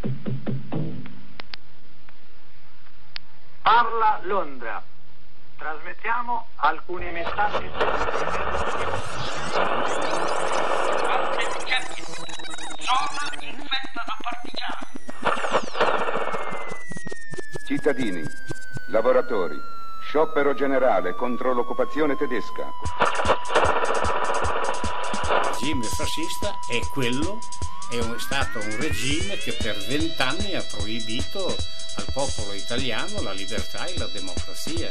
Parla Londra. Trasmettiamo alcuni messaggi. Zona infetta da partigiani. Cittadini, lavoratori, sciopero generale contro l'occupazione tedesca. Il regime fascista è stato un regime che per 20 anni ha proibito al popolo italiano la libertà e la democrazia.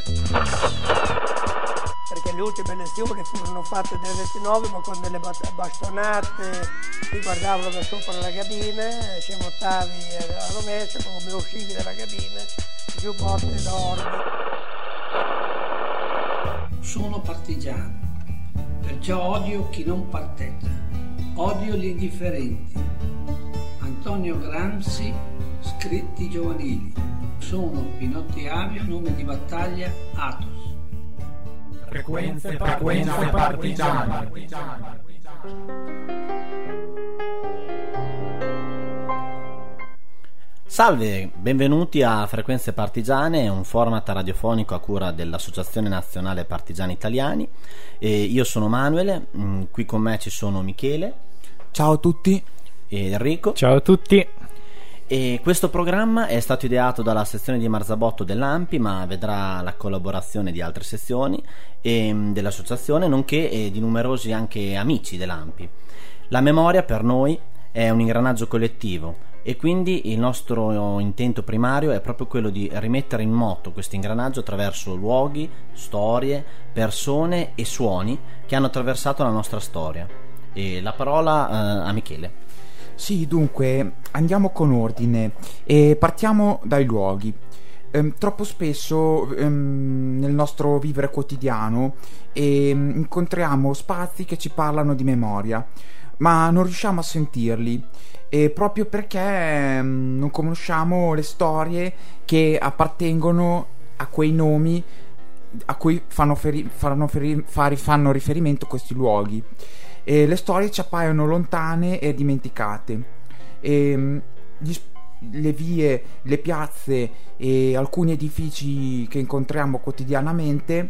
Perché le ultime elezioni furono fatte nel 29, ma con delle bastonate ti guardavano da sopra la cabina, se votavi a rovescio, come uscivi dalla cabina, più botte d'oro. Sono partigiano, perciò odio chi non parteggia, odio gli indifferenti. Antonio Gramsci, scritti giovanili. Sono Pinotti Avio, nome di battaglia Athos. Frequenze partigiane. Salve, benvenuti a Frequenze Partigiane, un format radiofonico a cura dell'Associazione Nazionale Partigiani Italiani. Io sono Manuele, qui con me ci sono Michele. Ciao a tutti. E Enrico. Ciao a tutti. E questo programma è stato ideato dalla sezione di Marzabotto dell'ANPI, ma vedrà la collaborazione di altre sezioni dell'associazione, nonché di numerosi anche amici dell'ANPI. La memoria per noi è un ingranaggio collettivo e quindi il nostro intento primario è proprio quello di rimettere in moto questo ingranaggio attraverso luoghi, storie, persone e suoni che hanno attraversato la nostra storia. E la parola a Michele. Sì, dunque andiamo con ordine e partiamo dai luoghi. Troppo spesso nel nostro vivere quotidiano incontriamo spazi che ci parlano di memoria, ma non riusciamo a sentirli, proprio perché non conosciamo le storie che appartengono a quei nomi a cui fanno riferimento questi luoghi. Le storie ci appaiono lontane e dimenticate. Le vie, le piazze e alcuni edifici che incontriamo quotidianamente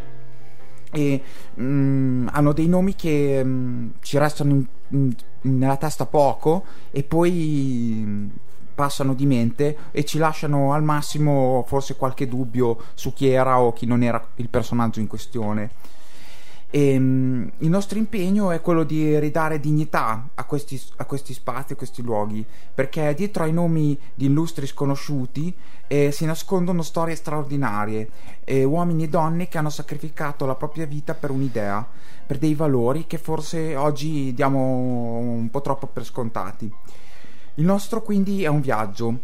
hanno dei nomi che ci restano nella testa poco e poi passano di mente e ci lasciano al massimo forse qualche dubbio su chi era o chi non era il personaggio in questione. Il nostro impegno è quello di ridare dignità a questi spazi, a questi luoghi, perché dietro ai nomi di illustri sconosciuti si nascondono storie straordinarie, uomini e donne che hanno sacrificato la propria vita per un'idea, per dei valori che forse oggi diamo un po' troppo per scontati. Il nostro quindi è un viaggio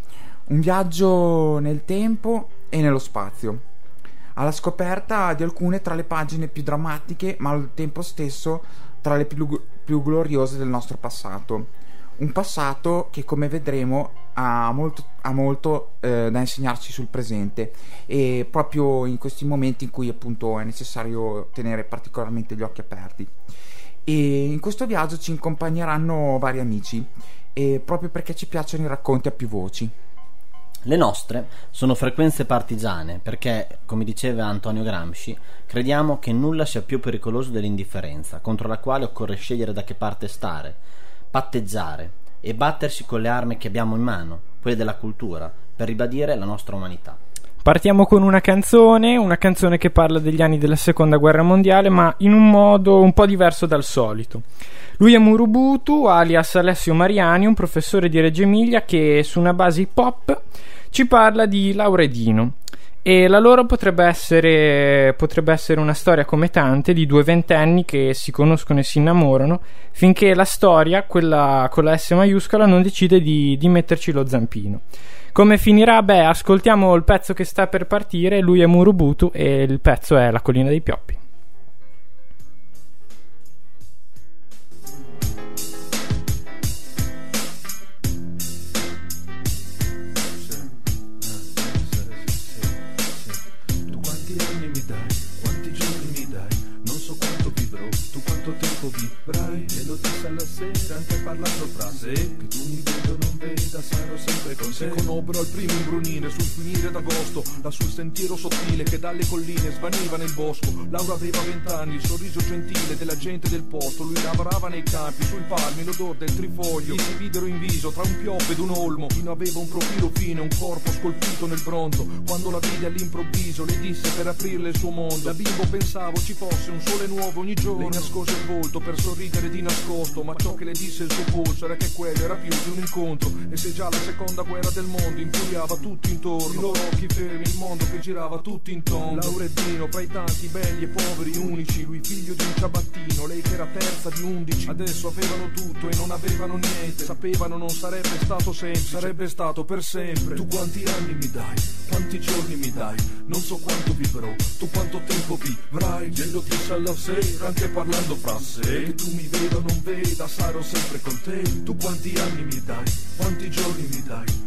nel tempo e nello spazio, alla scoperta di alcune tra le pagine più drammatiche, ma al tempo stesso tra le più gloriose del nostro passato. Un passato che, come vedremo, ha molto da insegnarci sul presente, e proprio in questi momenti in cui appunto è necessario tenere particolarmente gli occhi aperti. E in questo viaggio ci accompagneranno vari amici, proprio perché ci piacciono i racconti a più voci. Le nostre sono frequenze partigiane perché, come diceva Antonio Gramsci, crediamo che nulla sia più pericoloso dell'indifferenza, contro la quale occorre scegliere da che parte stare, patteggiare e battersi con le armi che abbiamo in mano, quelle della cultura, per ribadire la nostra umanità. Partiamo con una canzone che parla degli anni della Seconda Guerra Mondiale, ma in un modo un po' diverso dal solito. Lui è Murubutu, alias Alessio Mariani, un professore di Reggio Emilia che su una base hip hop ci parla di Lauredino, e la loro potrebbe essere una storia come tante di due ventenni che si conoscono e si innamorano finché la storia, quella con la S maiuscola, non decide di metterci lo zampino. Come finirà? Beh, ascoltiamo il pezzo che sta per partire. Lui è Murubutu e il pezzo è La collina dei pioppi. Vivrai e lo disse alla sera anche parlando fra sé, che tu mi vedo non veda, sarò sempre sempre con te. Si conobbero al primo imbrunire sul finire d'agosto, là sul sentiero sottile che dalle colline svaniva nel bosco. Laura aveva 20 anni, il sorriso gentile della gente del posto. Lui lavorava nei campi, sui palmi, l'odor del trifoglio. Gli si videro in viso tra un pioppo ed un olmo. Pino aveva un profilo fine, un corpo scolpito nel bronzo. Quando la vide all'improvviso le disse per aprirle il suo mondo. Da bimbo pensavo ci fosse un sole nuovo ogni giorno. Le nascose il volto per sorridere di nascosto, ma ciò che le disse il suo polso era che quello era più di un incontro. E se già la seconda guerra del mondo infuriava tutto intorno, i loro occhi fermi, il mondo che girava tutto intorno. Laura e Dino, fra i tanti belli e poveri unici, lui figlio di un ciabattino, lei che era terza di 11. Adesso avevano tutto e non avevano niente, sapevano non sarebbe stato semplice, sarebbe stato per sempre. Tu quanti anni mi dai? Quanti giorni mi dai? Non so quanto vivrò, tu quanto tempo vivrai? Glielo disse alla sera, anche parlando fra sé, che tu mi veda o non veda, sarò sempre con te. Tu quanti anni mi dai? Quanti giorni mi dai?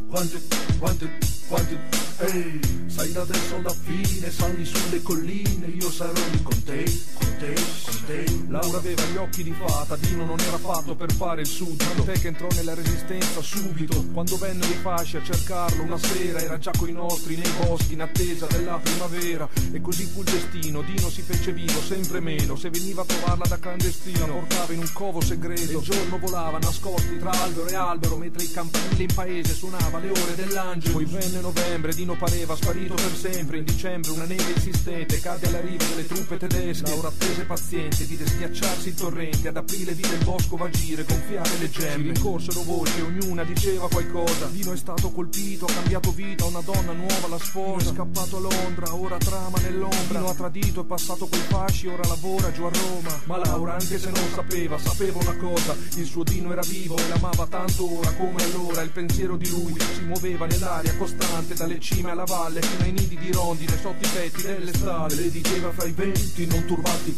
Quanti, ehi, sai da adesso alla fine, sali sulle colline, io sarò lì con te, con te, con te. Laura aveva gli occhi di fata, Dino non era fatto per fare il suddito, te che entrò nella resistenza subito. Quando vennero i fasci a cercarlo una sera, era già coi nostri nei boschi in attesa della primavera. E così fu il destino, Dino si fece vivo sempre meno, se veniva a trovarla da clandestino la portava in un covo segreto. E il giorno volava nascosti tra albero e albero, mentre il campanile in paese suonava le ore dell'angelo. Poi venne novembre, Dino pareva sparito per sempre. In dicembre una neve insistente cadde all'arrivo delle truppe tedesche. Laura attese paziente, vide schiacciarsi il torrente. Ad aprile vide il bosco vagire, gonfiare le gemme. Si rincorsero voci, ognuna diceva qualcosa. Dino è stato colpito, ha cambiato vita, una donna nuova la sposa. Dino è scappato a Londra, ora trama nell'ombra. Dino ha tradito, è passato coi fasci, ora lavora giù a Roma. Ma Laura, anche se non sapeva una cosa: il suo Dino era vivo e l'amava tanto ora come allora. Il pensiero di lui si muoveva nell'aria costante, dalle cime alla valle fino ai nidi di rondine sotto i tetti delle stalle. Le diceva fra i venti: non turbarti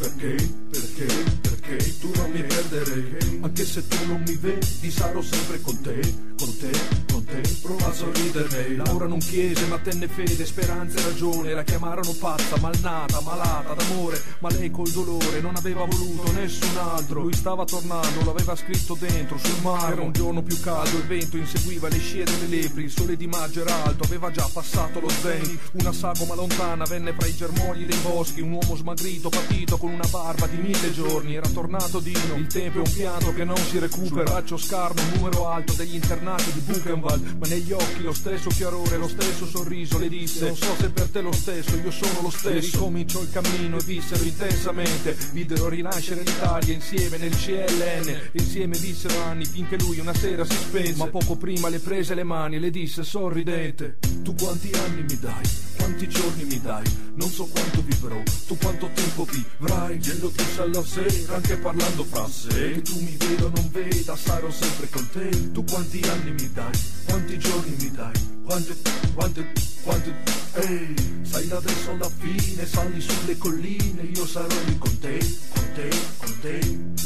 perché tu non mi perderei. Anche se tu non mi vedi sarò sempre con te, con te, con te. Prova a sorriderne. Laura non chiese ma tenne fede, speranza e ragione. La chiamarono pazza, malnata, malata d'amore, ma lei col dolore non aveva voluto nessun altro. Lui stava tornando, lo aveva scritto dentro sul mare. Era un giorno più caldo, il vento inseguiva le scie delle lepri. Il sole di maggio era alto, aveva già passato lo zen. Una sagoma lontana venne fra i germogli dei boschi. Un uomo smagrito, patito, con una barba di 1000 giorni. Era tornato Dino, il tempo è un pianto che non si recupera. Sul braccio scarno un numero alto degli internati di Buchenwald, ma negli occhi lo stesso chiarore, lo stesso sorriso. Le disse: non so se per te lo stesso, io sono lo stesso. E ricominciò il cammino e vissero intensamente. Videro rinascere l'Italia insieme nel CLN. Insieme vissero anni finché lui una sera si spense. Ma poco prima le prese le mani e le disse sorridente: tu quanti anni mi dai? Quanti giorni mi dai? Non so quanto vivrò, tu quanto tempo vivrai? Glielo disse alla sera, anche parlando fra sé, che tu mi veda o non veda, sarò sempre con te. Tu quanti anni mi dai? Quanti giorni mi dai? Quanti, ehi, sai da adesso alla fine, sali sulle colline, io sarò lì con te, con te, con te.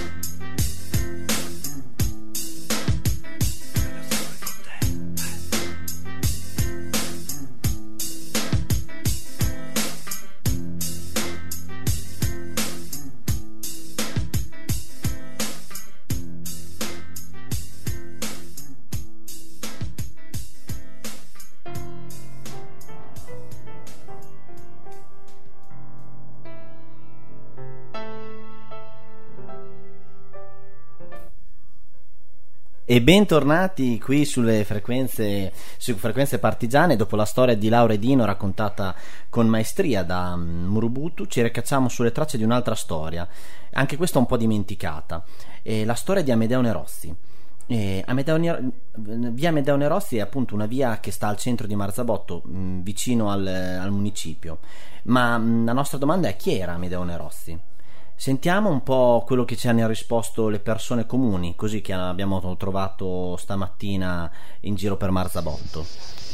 E bentornati qui sulle frequenze partigiane. Dopo la storia di Laura e Dino raccontata con maestria da Murubutu, ci ricacciamo sulle tracce di un'altra storia, anche questa un po' dimenticata, la storia di Amedeo Nerozzi. Via Amedeo Nerozzi è appunto una via che sta al centro di Marzabotto, vicino al municipio. Ma la nostra domanda è: chi era Amedeo Nerozzi? Sentiamo un po' quello che ci hanno risposto le persone comuni, così, che abbiamo trovato stamattina in giro per Marzabotto.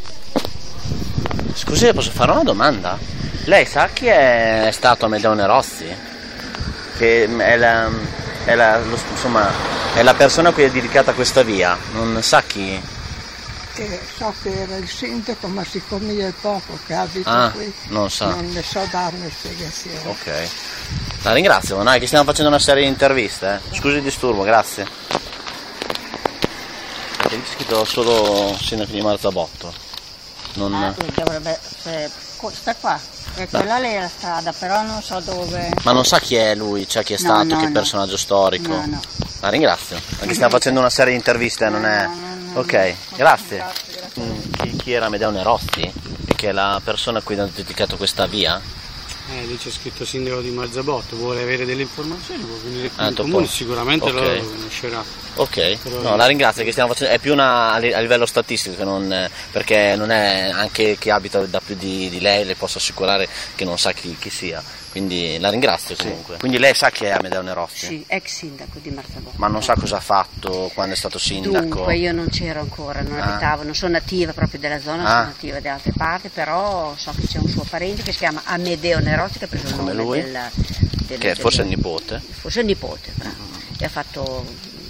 Scusi, posso fare una domanda? Lei sa chi è stato Amedeo Nerozzi? Che è la persona a cui è dedicata questa via, non sa chi? So che era il sindaco, ma siccome io è poco che abito qui, non ne so darne spiegazioni. Ok, la ringrazio, che stiamo facendo una serie di interviste. Scusi il disturbo, grazie. C'è scritto solo sindaco di Marzabotto. Non... dovrebbe... sta qua. E quella lì è la strada, però non so dove. Ma non sa chi è lui, cioè chi è stato, che personaggio storico? No. La ringrazio, perché stiamo facendo una serie di interviste, non è... Ok, grazie. Chi era Amedeo Nerozzi? Che è la persona a cui hanno dedicato questa via? Lì c'è scritto sindaco di Marzabotto, vuole avere delle informazioni, vuole venire qui in comune, sicuramente lo conoscerà. Ok, no, la ringrazio, che stiamo facendo, è più a livello statistico, che non, perché non è anche chi abita da più di lei, le posso assicurare che non sa chi sia, quindi la ringrazio comunque. Quindi lei sa chi è Amedeo Nerozzi? Sì, ex sindaco di Marzabotto. Ma non sa cosa ha fatto quando è stato sindaco? Dunque, io non c'ero ancora, non abitavo, non sono nativa proprio della zona, sono nativa da altre parti, però so che c'è un suo parente che si chiama Amedeo Nerozzi, che ha preso il nome lui? Che forse è il nipote? Forse è il nipote, bravo. E ha fatto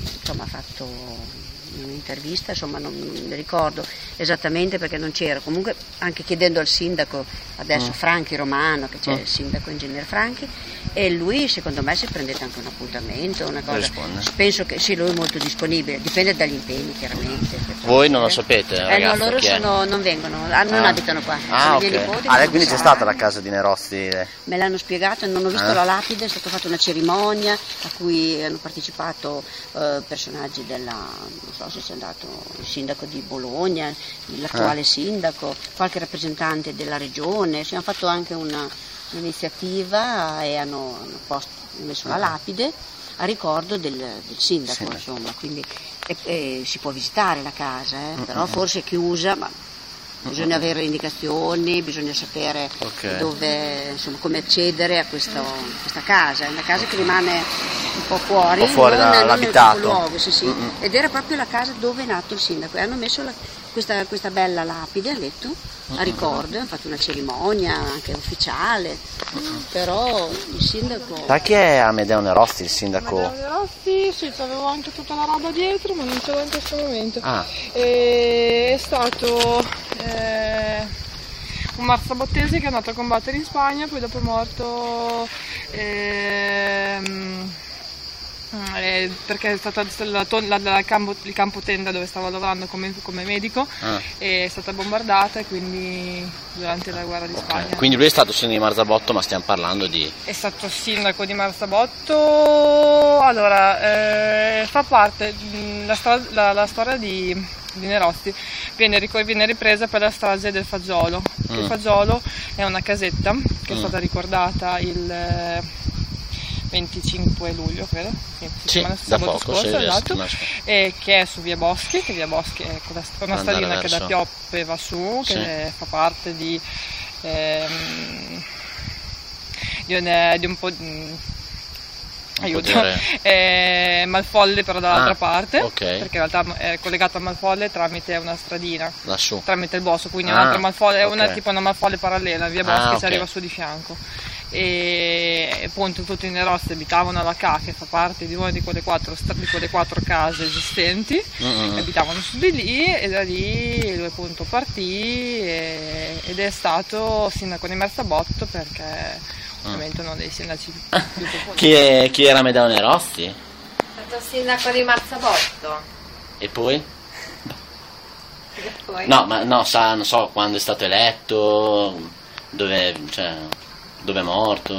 un'intervista, insomma non mi ricordo esattamente perché non c'ero, comunque anche chiedendo al sindaco adesso Franchi Romano, che c'è il sindaco ingegnere Franchi, e lui secondo me se prendete anche un appuntamento, una cosa, penso che sì, lui è molto disponibile, dipende dagli impegni chiaramente. Voi non lo sapete, ragazzi? No, loro non vengono, non abitano qua. Quindi c'è stata la casa di Nerozzi? Me l'hanno spiegato, non ho visto la lapide, è stata fatta una cerimonia a cui hanno partecipato personaggi della, non so se c'è andato il sindaco di Bologna, l'attuale sindaco, qualche rappresentante della regione, si hanno fatto anche un'iniziativa e hanno messo la lapide a ricordo del sindaco, insomma, quindi si può visitare la casa, però forse è chiusa, ma bisogna avere indicazioni, bisogna sapere dove, insomma, come accedere a questa casa. È una casa che rimane un po' fuori, dall'abitato. Luogo, sì. Ed era proprio la casa dove è nato il sindaco e hanno messo questa bella lapide a letto a ricordo, hanno fatto una cerimonia anche ufficiale, però il sindaco... Da chi è Amedeo Nerozzi, il sindaco? Amedeo Nerozzi, sì, avevo anche tutta la roba dietro, ma non ce l'ho in questo momento. È stato un marzabottese che è andato a combattere in Spagna, poi dopo è morto perché è stato il campo tenda dove stava lavorando come medico, è stata bombardata e quindi durante la guerra di Spagna. Quindi lui è stato sindaco di Marzabotto, ma stiamo parlando di... È stato sindaco di Marzabotto, allora fa parte la storia di Nerozzi viene ripresa per la strage del Fagiolo. Il Fagiolo è una casetta che è stata ricordata il 25 luglio, credo, sabato scorso, e che è su Via Boschi, che Via Boschi è una stradina che da Pioppe va su, che fa parte di un po' Malfolle, però dall'altra parte, perché in realtà è collegato a Malfolle tramite una stradina lassù, tramite il bosco, quindi un'altra Malfolle, è tipo una Malfolle parallela, Via Boschi si arriva su di fianco. E appunto tutti i Nerozzi abitavano alla Ca, che fa parte di una di quelle quattro case esistenti, abitavano su di lì, e da lì lui appunto partì ed è stato sindaco di Marzabotto perché ovviamente uno dei sindaci più popolari. Chi era Amedeo Nerozzi? È stato sindaco di Marzabotto. E poi? Non so quando è stato eletto, dove è morto.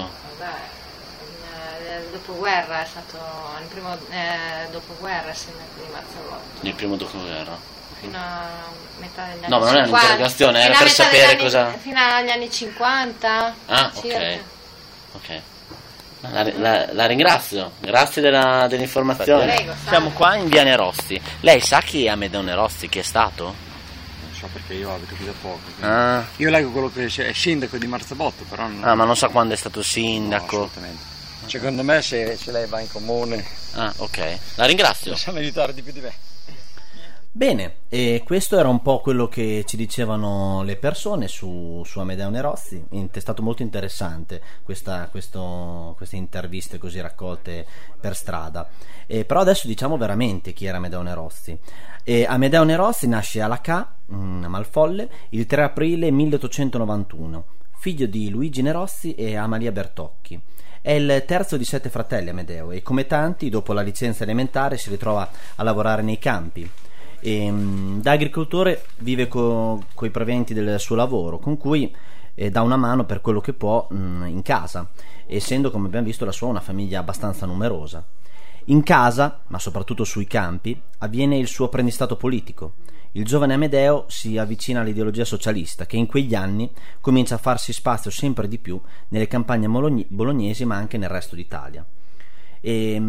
Nel dopoguerra è stato il primo dopoguerra sindaco di Marzabotto. Il primo dopoguerra? Fino a metà degli anni 50. No, ma non è un'interrogazione, era per sapere cosa... Fino agli anni 50. Ok. La ringrazio, grazie dell'informazione. Prego, siamo qua in via Nerozzi. Lei sa chi è Amedeo Nerozzi, chi è stato? Perché io abito qui da poco, io leggo quello che è sindaco di Marzabotto, però non... ma non so quando è stato sindaco. No, assolutamente. Secondo me se lei va in comune ok, la ringrazio, possiamo aiutare di più di me. Bene, e questo era un po' quello che ci dicevano le persone su Amedeo Nerozzi. È stato molto interessante queste interviste così raccolte per strada. Però adesso diciamo veramente chi era Amedeo Nerozzi. Amedeo Nerozzi nasce alla Ca, a Malfolle, il 3 aprile 1891, figlio di Luigi Nerozzi e Amalia Bertocchi. È il terzo di 7 fratelli Amedeo, e come tanti dopo la licenza elementare si ritrova a lavorare nei campi. Da agricoltore vive coi proventi del suo lavoro, con cui dà una mano per quello che può in casa, essendo, come abbiamo visto, la sua una famiglia abbastanza numerosa. In casa, ma soprattutto sui campi, avviene il suo apprendistato politico. Il giovane Amedeo si avvicina all'ideologia socialista, che in quegli anni comincia a farsi spazio sempre di più nelle campagne bolognesi, ma anche nel resto d'Italia. Che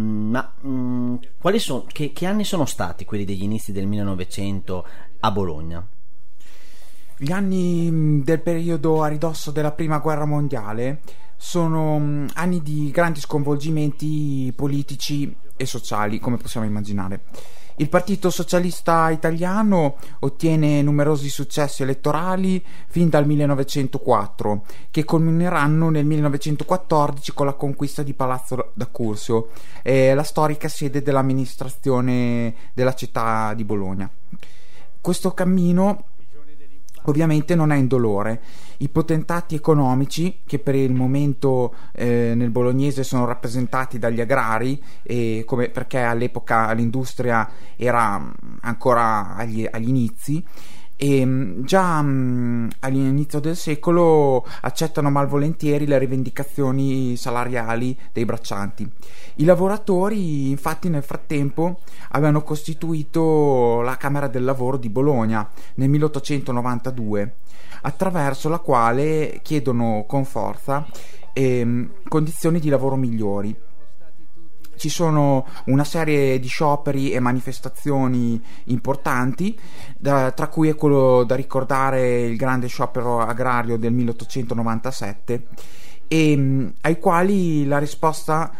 anni sono stati quelli degli inizi del 1900 a Bologna? Gli anni del periodo a ridosso della Prima Guerra Mondiale sono anni di grandi sconvolgimenti politici e sociali, come possiamo immaginare. Il Partito Socialista Italiano ottiene numerosi successi elettorali fin dal 1904, che culmineranno nel 1914 con la conquista di Palazzo d'Accursio, la storica sede dell'amministrazione della città di Bologna. Questo cammino ovviamente non è indolore. I potentati economici, che per il momento nel bolognese sono rappresentati dagli agrari, perché all'epoca l'industria era ancora agli inizi, e già all'inizio del secolo accettano malvolentieri le rivendicazioni salariali dei braccianti. I lavoratori, infatti, nel frattempo avevano costituito la Camera del Lavoro di Bologna nel 1892, attraverso la quale chiedono con forza condizioni di lavoro migliori. Ci sono una serie di scioperi e manifestazioni importanti, tra cui è quello da ricordare il grande sciopero agrario del 1897, ai quali la risposta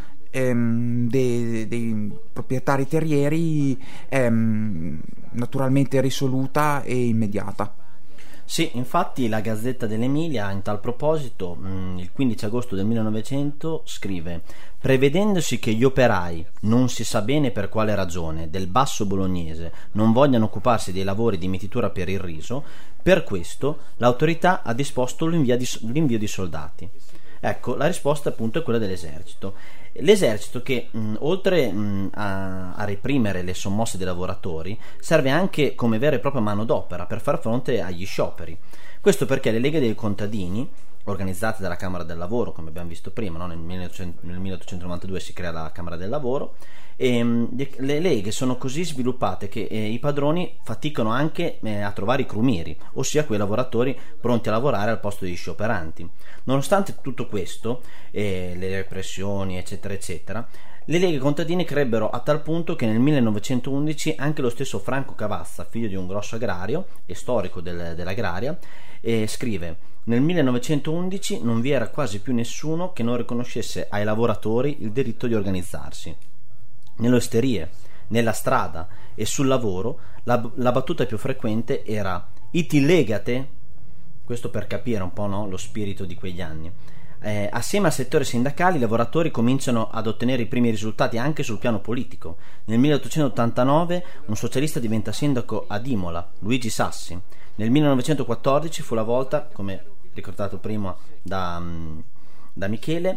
dei proprietari terrieri è naturalmente risoluta e immediata. Sì, infatti la Gazzetta dell'Emilia in tal proposito il 15 agosto del 1900 scrive: prevedendosi che gli operai, non si sa bene per quale ragione, del basso bolognese non vogliano occuparsi dei lavori di metitura per il riso, per questo l'autorità ha disposto l'invio di soldati. Ecco, la risposta appunto è quella dell'esercito. L'esercito che oltre a reprimere le sommosse dei lavoratori serve anche come vera e propria manodopera per far fronte agli scioperi. Questo perché le leghe dei contadini, organizzate dalla Camera del Lavoro, come abbiamo visto prima, no? Nel 1892 si crea la Camera del Lavoro, e le leghe sono così sviluppate che i padroni faticano anche a trovare i crumieri, ossia quei lavoratori pronti a lavorare al posto degli scioperanti. Nonostante tutto questo, le repressioni eccetera eccetera, le leghe contadine crebbero a tal punto che nel 1911 anche lo stesso Franco Cavazza, figlio di un grosso agrario e storico dell'agraria, scrive: nel 1911 non vi era quasi più nessuno che non riconoscesse ai lavoratori il diritto di organizzarsi. Nelle osterie, nella strada e sul lavoro la battuta più frequente era "iti legate", questo per capire un po', no, lo spirito di quegli anni. Assieme al settore sindacale i lavoratori cominciano ad ottenere i primi risultati anche sul piano politico. Nel 1889 un socialista diventa sindaco ad Imola, Luigi Sassi. Nel 1914 fu la volta, come ricordato prima da Michele,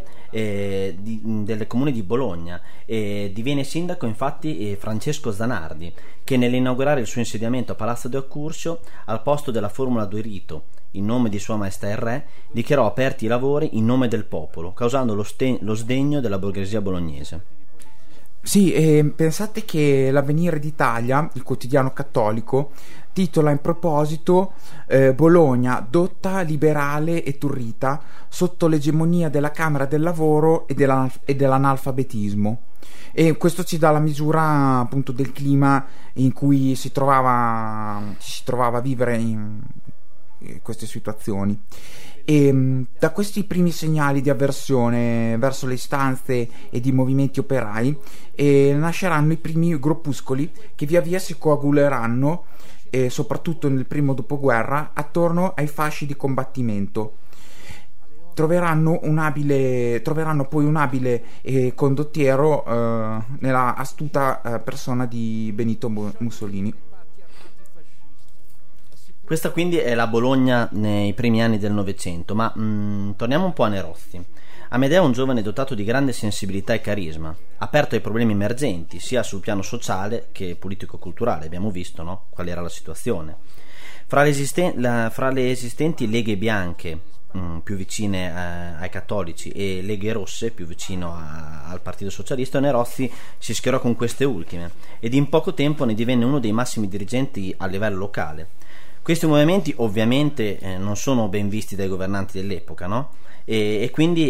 del comune di Bologna. Diviene sindaco infatti Francesco Zanardi, che nell'inaugurare il suo insediamento a Palazzo d'Accursio, al posto della formula d'Orito in nome di Sua Maestà il Re, dichiarò aperti i lavori in nome del popolo, causando lo sdegno della borghesia bolognese. Sì, pensate che l'Avvenire d'Italia, il quotidiano cattolico, titola in proposito Bologna dotta, liberale e turrita sotto l'egemonia della Camera del Lavoro e dell'analfabetismo. E questo ci dà la misura appunto del clima in cui si trovava a vivere in queste situazioni. E da questi primi segnali di avversione verso le istanze e di movimenti operai nasceranno i primi gruppuscoli che via via si coaguleranno, soprattutto nel primo dopoguerra, attorno ai fasci di combattimento. Troveranno poi un abile condottiero nella astuta persona di Benito Mussolini. Questa quindi è la Bologna nei primi anni del Novecento, ma torniamo un po' a Nerozzi. Amedeo è un giovane dotato di grande sensibilità e carisma, aperto ai problemi emergenti, sia sul piano sociale che politico-culturale. Abbiamo visto, no? Qual era la situazione. Fra le esistenti leghe bianche, più vicine ai cattolici, e leghe rosse, più vicino al Partito Socialista, Nerozzi si schierò con queste ultime ed in poco tempo ne divenne uno dei massimi dirigenti a livello locale. Questi movimenti ovviamente non sono ben visti dai governanti dell'epoca, no? E quindi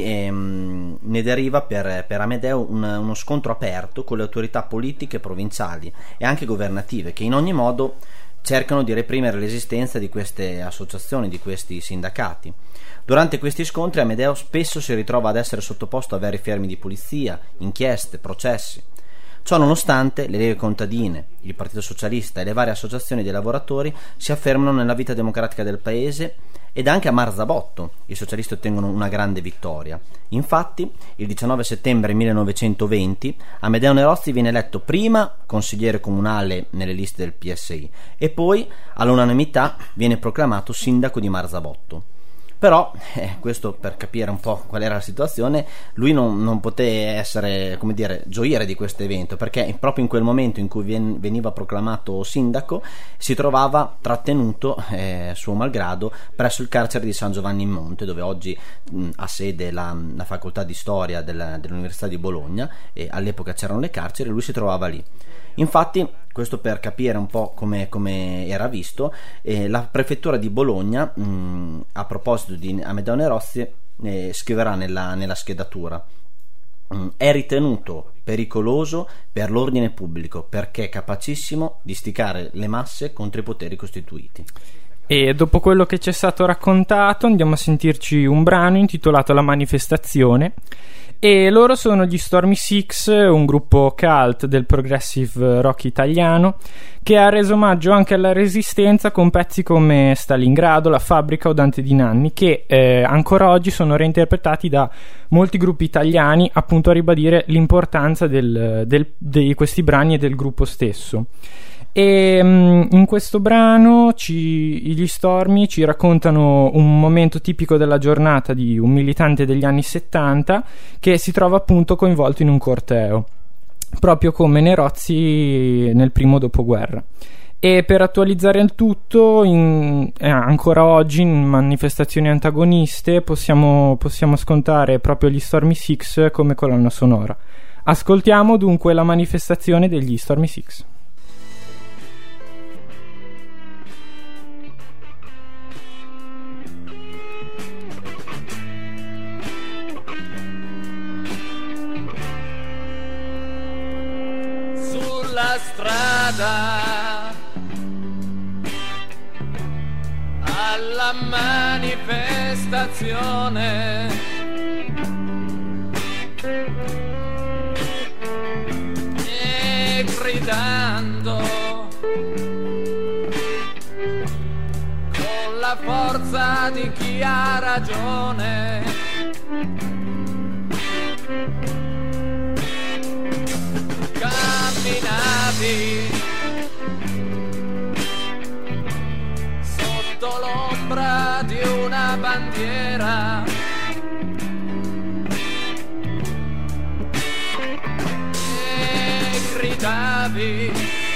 ne deriva per Amedeo uno scontro aperto con le autorità politiche provinciali e anche governative, che in ogni modo cercano di reprimere l'esistenza di queste associazioni, di questi sindacati. Durante questi scontri Amedeo spesso si ritrova ad essere sottoposto a veri fermi di polizia, inchieste, processi. Ciò nonostante, le leghe contadine, il Partito Socialista e le varie associazioni dei lavoratori si affermano nella vita democratica del paese, ed anche a Marzabotto i socialisti ottengono una grande vittoria. Infatti, il 19 settembre 1920 Amedeo Nerozzi viene eletto prima consigliere comunale nelle liste del PSI e poi all'unanimità viene proclamato sindaco di Marzabotto. Però, questo per capire un po' qual era la situazione, lui non poté essere, come dire, gioire di questo evento, perché proprio in quel momento in cui veniva proclamato sindaco si trovava trattenuto, suo malgrado, presso il carcere di San Giovanni in Monte, dove oggi ha sede la facoltà di storia dell'Università di Bologna, e all'epoca c'erano le carceri e lui si trovava lì. Infatti, questo per capire un po' come era visto, la prefettura di Bologna, a proposito di Amedeo Nerozzi, scriverà nella schedatura: è ritenuto pericoloso per l'ordine pubblico perché è capacissimo di istigare le masse contro i poteri costituiti. E dopo quello che ci è stato raccontato andiamo a sentirci un brano intitolato La manifestazione, e loro sono gli Stormy Six, un gruppo cult del progressive rock italiano che ha reso omaggio anche alla resistenza con pezzi come Stalingrado, La Fabbrica o Dante di Nanni, che ancora oggi sono reinterpretati da molti gruppi italiani, appunto a ribadire l'importanza di questi brani e del gruppo stesso. E in questo brano gli Stormy ci raccontano un momento tipico della giornata di un militante degli anni 70 che si trova appunto coinvolto in un corteo, proprio come Nerozzi nel primo dopoguerra. E per attualizzare il tutto, ancora oggi in manifestazioni antagoniste possiamo scontare proprio gli Stormy Six come colonna sonora. Ascoltiamo dunque la manifestazione degli Stormy Six. La strada alla manifestazione e gridando con la forza di chi ha ragione. Camminavi sotto l'ombra di una bandiera e gridavi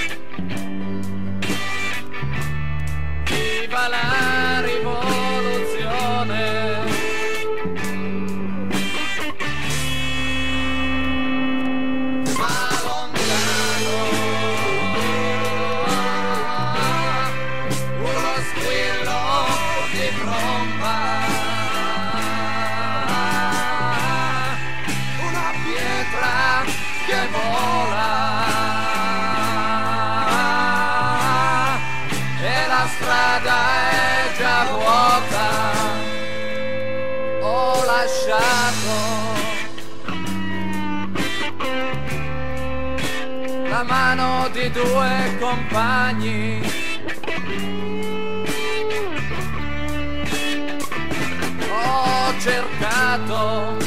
viva la rivoluzione. Che vola e la strada è già vuota, ho lasciato la mano di due compagni, ho cercato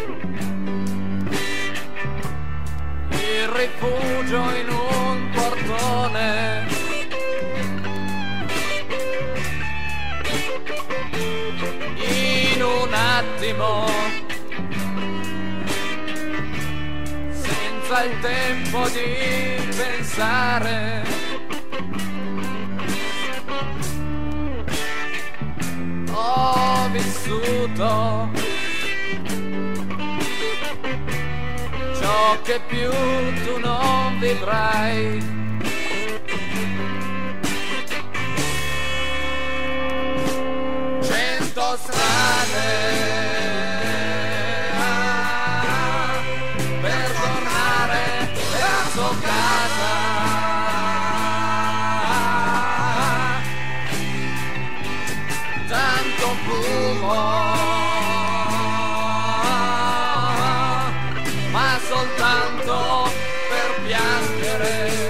il rifugio in un portone attimo, senza il tempo di pensare. Ho vissuto ciò che più tu non vivrai. 100 strade per tornare verso casa. Tanto fumo, ma soltanto per piangere.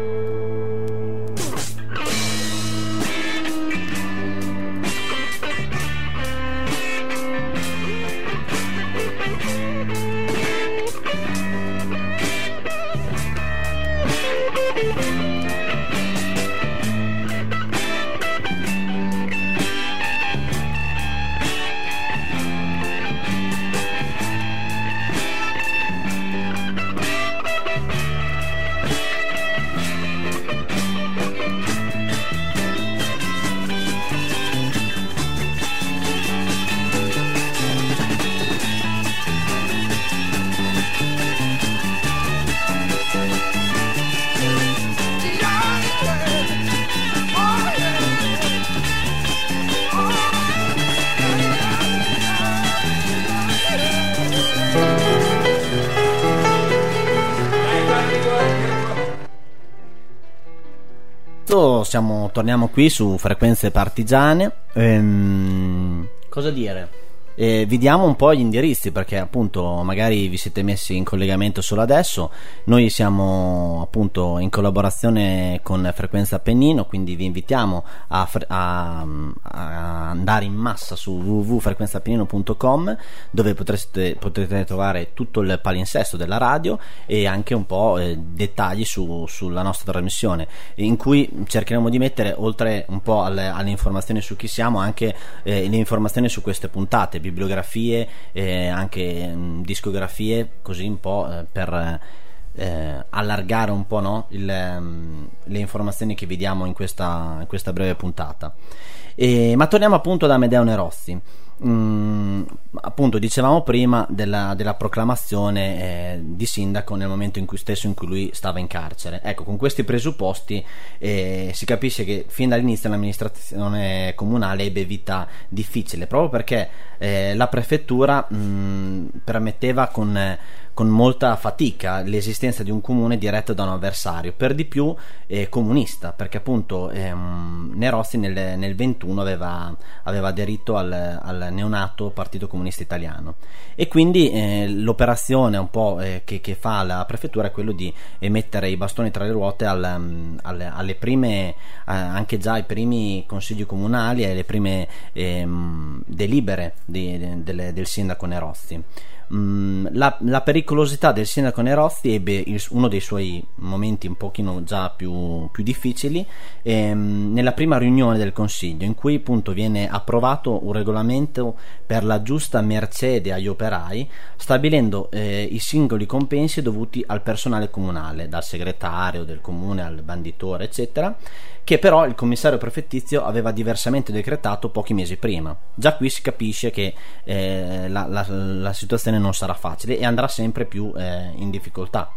Torniamo qui su Frequenze Partigiane. Cosa dire? Vi diamo un po' gli indirizzi, perché appunto magari vi siete messi in collegamento solo adesso. Noi siamo appunto in collaborazione con Frequenza Appennino, quindi vi invitiamo a andare in massa su www.frequenzaappennino.com, dove potrete trovare tutto il palinsesto della radio e anche un po' dettagli sulla nostra trasmissione, in cui cercheremo di mettere, oltre un po' alle informazioni su chi siamo, anche le informazioni su queste puntate, bibliografie, anche discografie, così un po' per allargare un po', no? Le informazioni che vi diamo in questa breve puntata. Ma torniamo appunto ad Amedeo Nerozzi. Appunto dicevamo prima della proclamazione di sindaco nel momento in cui lui stava in carcere. Ecco, con questi presupposti si capisce che fin dall'inizio l'amministrazione comunale ebbe vita difficile, proprio perché la prefettura permetteva con molta fatica l'esistenza di un comune diretto da un avversario, per di più comunista, perché appunto Nerozzi nel 21 aveva aderito al neonato Partito Comunista Italiano, e quindi l'operazione un po' che fa la prefettura è quello di mettere i bastoni tra le ruote alle prime, anche già ai primi consigli comunali e alle prime delibere del sindaco Nerozzi. La pericolosità del sindaco Nerozzi ebbe uno dei suoi momenti un pochino già più difficili nella prima riunione del consiglio, in cui appunto viene approvato un regolamento per la giusta mercede agli operai, stabilendo i singoli compensi dovuti al personale comunale, dal segretario del comune al banditore eccetera, che però il commissario prefettizio aveva diversamente decretato pochi mesi prima. Già qui si capisce che la situazione non sarà facile e andrà sempre più in difficoltà.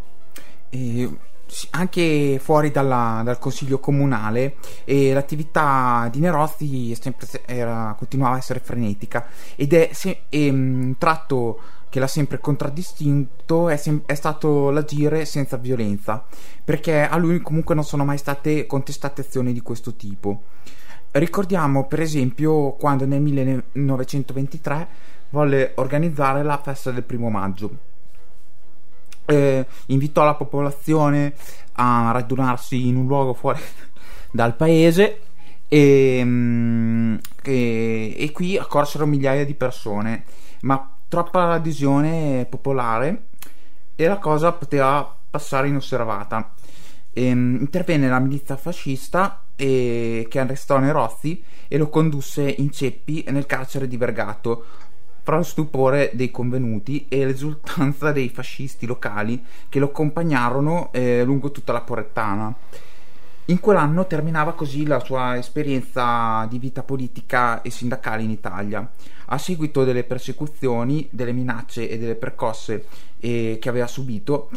Anche fuori dal consiglio comunale l'attività di Nerozzi continuava a essere frenetica, ed è un tratto che l'ha sempre contraddistinto è stato l'agire senza violenza, perché a lui comunque non sono mai state contestate azioni di questo tipo. Ricordiamo per esempio quando nel 1923 volle organizzare la festa del 1° maggio. Invitò la popolazione a radunarsi in un luogo fuori dal paese e qui accorsero migliaia di persone, ma troppa adesione popolare e la cosa poteva passare inosservata. Intervenne la milizia fascista che arrestò Nerozzi e lo condusse in ceppi nel carcere di Vergato, fra lo stupore dei convenuti e l'esultanza dei fascisti locali che lo accompagnarono lungo tutta la Porettana. In quell'anno terminava così la sua esperienza di vita politica e sindacale in Italia. A seguito delle persecuzioni, delle minacce e delle percosse che aveva subito,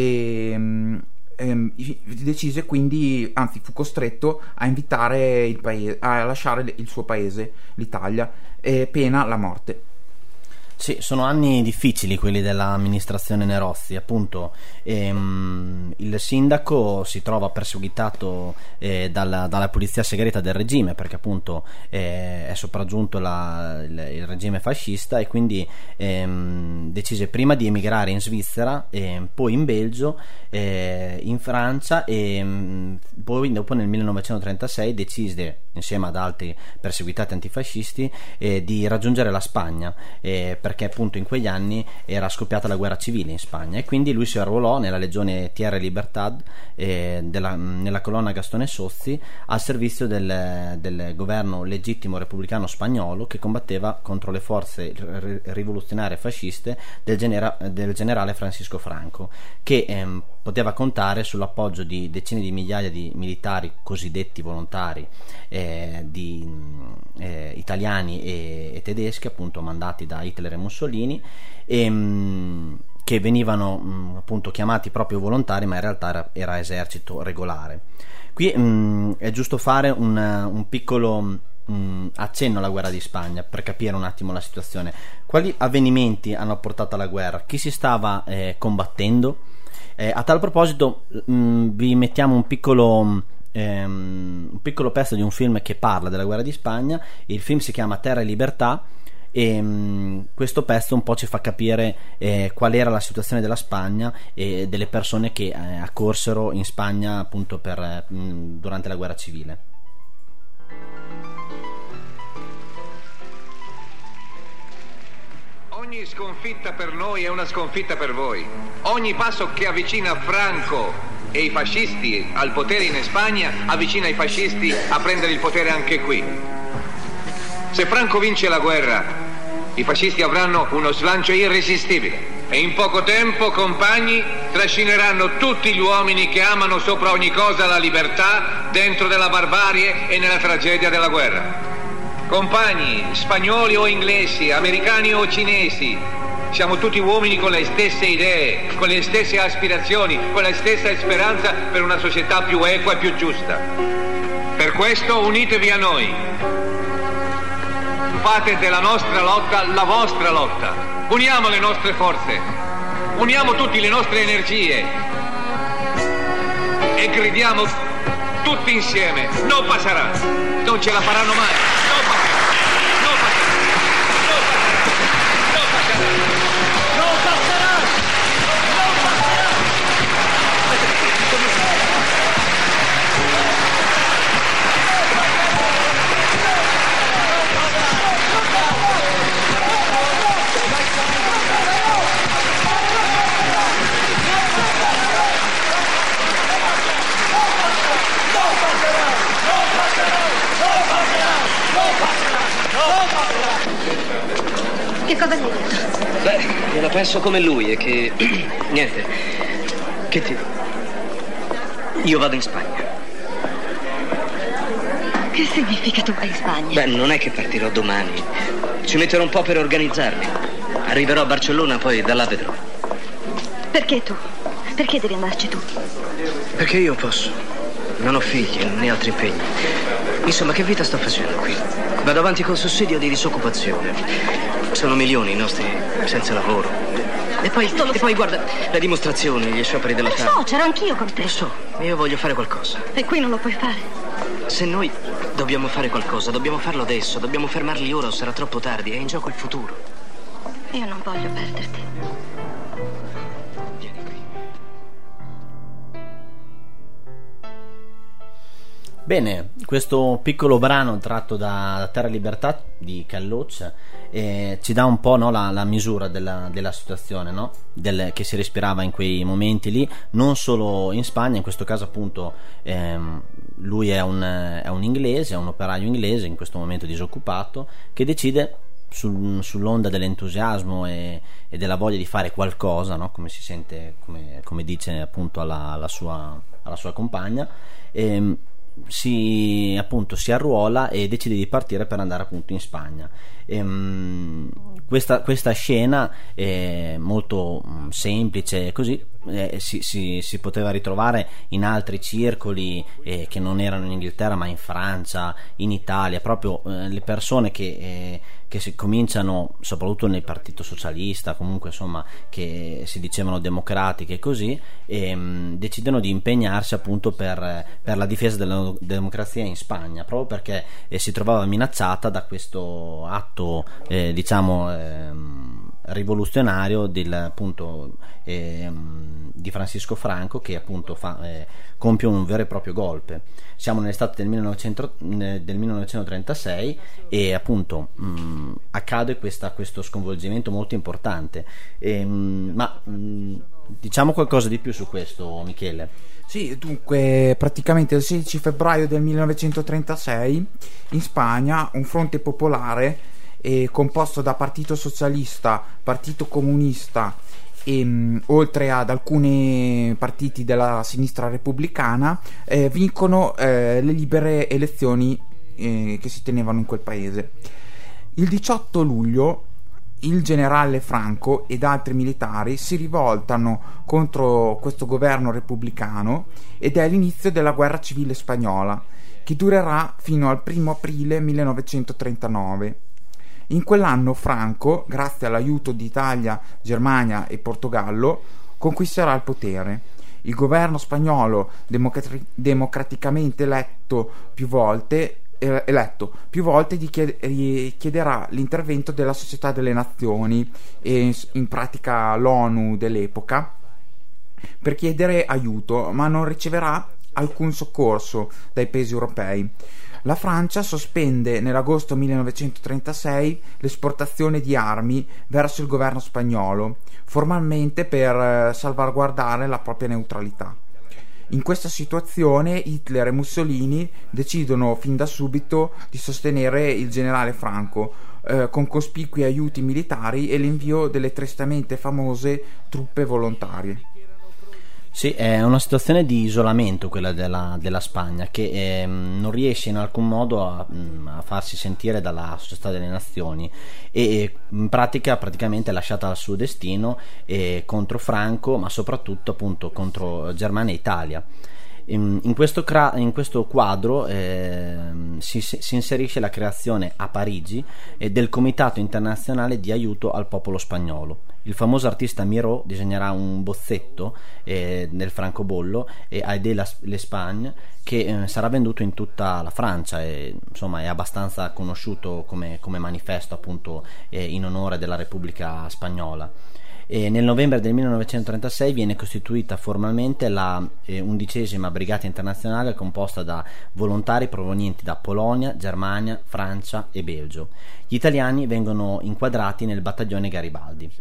decise quindi, anzi fu costretto a invitare il paese, a lasciare il suo paese, l'Italia, pena la morte. Sì, sono anni difficili quelli dell'amministrazione Nerozzi, appunto. Il sindaco si trova perseguitato dalla polizia segreta del regime, perché appunto è sopraggiunto il regime fascista, e quindi decise prima di emigrare in Svizzera, poi in Belgio, in Francia, e poi dopo nel 1936 decise, insieme ad altri perseguitati antifascisti, di raggiungere la Spagna, perché appunto in quegli anni era scoppiata la guerra civile in Spagna, e quindi lui si arruolò nella legione Tierra Libertad, nella colonna Gastone Sozzi, al servizio del governo legittimo repubblicano spagnolo, che combatteva contro le forze rivoluzionarie fasciste del generale Francisco Franco, che poteva contare sull'appoggio di decine di migliaia di militari cosiddetti volontari italiani e tedeschi, appunto mandati da Hitler e Mussolini, che venivano appunto chiamati proprio volontari, ma in realtà era esercito regolare. Qui è giusto fare un piccolo accenno alla guerra di Spagna per capire un attimo la situazione. Quali avvenimenti hanno portato alla guerra? Chi si stava combattendo? A tal proposito vi mettiamo un piccolo pezzo di un film che parla della guerra di Spagna. Il film si chiama Terra e Libertà, e questo pezzo un po' ci fa capire qual era la situazione della Spagna e delle persone che accorsero in Spagna appunto durante la guerra civile. Ogni sconfitta per noi è una sconfitta per voi. Ogni passo che avvicina Franco e i fascisti al potere in Spagna avvicina i fascisti a prendere il potere anche qui. Se Franco vince la guerra, i fascisti avranno uno slancio irresistibile e in poco tempo, compagni, trascineranno tutti gli uomini che amano sopra ogni cosa la libertà dentro della barbarie e nella tragedia della guerra. Compagni, spagnoli o inglesi, americani o cinesi, siamo tutti uomini con le stesse idee, con le stesse aspirazioni, con la stessa speranza per una società più equa e più giusta. Per questo unitevi a noi. Fate della nostra lotta la vostra lotta. Uniamo le nostre forze, uniamo tutte le nostre energie e gridiamo tutti insieme: non passerà, non ce la faranno mai. Che cosa gli hai detto? Beh, io la penso come lui e che... niente. Che ti... Io vado in Spagna. Che significa tu vai in Spagna? Beh, non è che partirò domani. Ci metterò un po' per organizzarmi. Arriverò a Barcellona, poi da là vedrò. Perché tu? Perché devi andarci tu? Perché io posso. Non ho figli né altri impegni. Insomma, che vita sto facendo qui? Vado avanti col sussidio di disoccupazione. Sono milioni i nostri senza lavoro. E poi guarda, le dimostrazioni, gli scioperi della fame. Lo so, c'ero anch'io con te. Lo so, io voglio fare qualcosa. E qui non lo puoi fare. Se noi dobbiamo fare qualcosa, dobbiamo farlo adesso. Dobbiamo fermarli ora o sarà troppo tardi. È in gioco il futuro. Io non voglio perderti. Vieni qui. Bene, questo piccolo brano tratto da Terra e Libertà di Calloch ci dà un po', no, la misura della situazione, no? Che si respirava in quei momenti lì, non solo in Spagna. In questo caso appunto lui è un inglese, è un operaio inglese in questo momento disoccupato, che decide sull'onda dell'entusiasmo e della voglia di fare qualcosa, no? Come si sente, come dice appunto alla sua compagna, si arruola e decide di partire per andare appunto in Spagna. Questa scena è molto semplice, così si poteva ritrovare in altri circoli che non erano in Inghilterra ma in Francia, in Italia, proprio le persone che si cominciano, soprattutto nel Partito Socialista, comunque insomma che si dicevano democratiche e così, decidono di impegnarsi appunto per la difesa della democrazia in Spagna, proprio perché si trovava minacciata da questo atto rivoluzionario di Francisco Franco, che appunto compie un vero e proprio golpe. Siamo nell'estate del 1936 e appunto accade questo sconvolgimento molto importante. Diciamo qualcosa di più su questo, Michele. Sì, dunque praticamente il 16 febbraio del 1936 in Spagna un fronte popolare composto da Partito Socialista, Partito Comunista e oltre ad alcuni partiti della sinistra repubblicana vincono le libere elezioni che si tenevano in quel paese. Il 18 luglio il generale Franco ed altri militari si rivoltano contro questo governo repubblicano ed è l'inizio della guerra civile spagnola, che durerà fino al 1 aprile 1939. In quell'anno Franco, grazie all'aiuto di Italia, Germania e Portogallo, conquisterà il potere. Il governo spagnolo, democraticamente eletto più volte, chiederà l'intervento della Società delle Nazioni e in pratica l'ONU dell'epoca per chiedere aiuto, ma non riceverà alcun soccorso dai paesi europei. La Francia sospende nell'agosto 1936 l'esportazione di armi verso il governo spagnolo, formalmente per salvaguardare la propria neutralità. In questa situazione Hitler e Mussolini decidono fin da subito di sostenere il generale Franco con cospicui aiuti militari e l'invio delle tristemente famose truppe volontarie. Sì, è una situazione di isolamento quella della Spagna, che non riesce in alcun modo a farsi sentire dalla Società delle Nazioni e in praticamente è lasciata al suo destino contro Franco, ma soprattutto appunto contro Germania e Italia. In questo quadro si inserisce la creazione a Parigi del Comitato Internazionale di Aiuto al Popolo Spagnolo. Il famoso artista Miró disegnerà un bozzetto del francobollo a Aidé l'Espagne, che sarà venduto in tutta la Francia e insomma è abbastanza conosciuto come manifesto appunto in onore della Repubblica Spagnola. Nel novembre del 1936 viene costituita formalmente la 11ª Brigata Internazionale, composta da volontari provenienti da Polonia, Germania, Francia e Belgio. Gli italiani vengono inquadrati nel battaglione Garibaldi.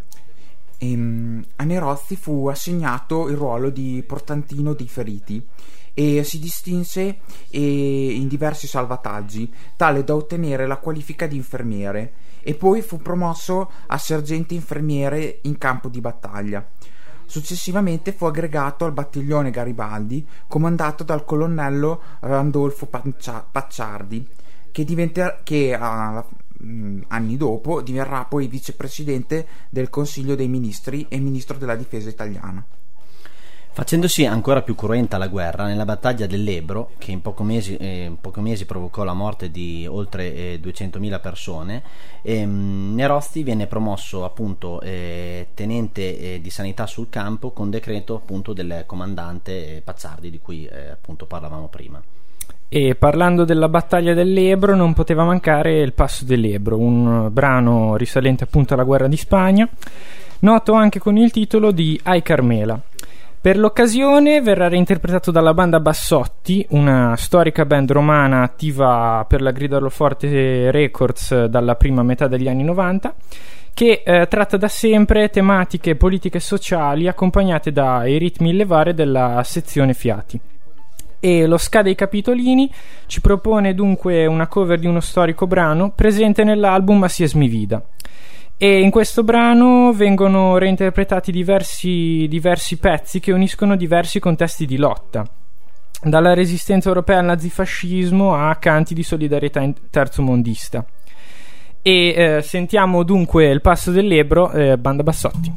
A Nerozzi fu assegnato il ruolo di portantino dei feriti e si distinse in diversi salvataggi, tale da ottenere la qualifica di infermiere, e poi fu promosso a sergente infermiere in campo di battaglia. Successivamente fu aggregato al battaglione Garibaldi, comandato dal colonnello Randolfo Pacciardi, che anni dopo diverrà poi vicepresidente del Consiglio dei Ministri e ministro della difesa italiana. Facendosi ancora più cruenta la guerra, nella battaglia dell'Ebro, che in pochi mesi provocò la morte di oltre 200.000 persone, Nerozzi viene promosso appunto tenente di sanità sul campo con decreto appunto del comandante Pacciardi, di cui appunto parlavamo prima. E parlando della battaglia dell'Ebro non poteva mancare il Passo dell'Ebro, un brano risalente appunto alla guerra di Spagna, noto anche con il titolo di Ai Carmela. Per l'occasione verrà reinterpretato dalla banda Bassotti, una storica band romana attiva per la Gridalo Forte Records dalla prima metà degli anni 90, che tratta da sempre tematiche politiche e sociali accompagnate dai ritmi in levare della sezione Fiati. E lo Ska dei Capitolini ci propone dunque una cover di uno storico brano presente nell'album Asies mi vida. E in questo brano vengono reinterpretati diversi pezzi che uniscono diversi contesti di lotta, dalla resistenza europea al nazifascismo a canti di solidarietà terzomondista. E sentiamo dunque il Passo dell'Ebro, Banda Bassotti.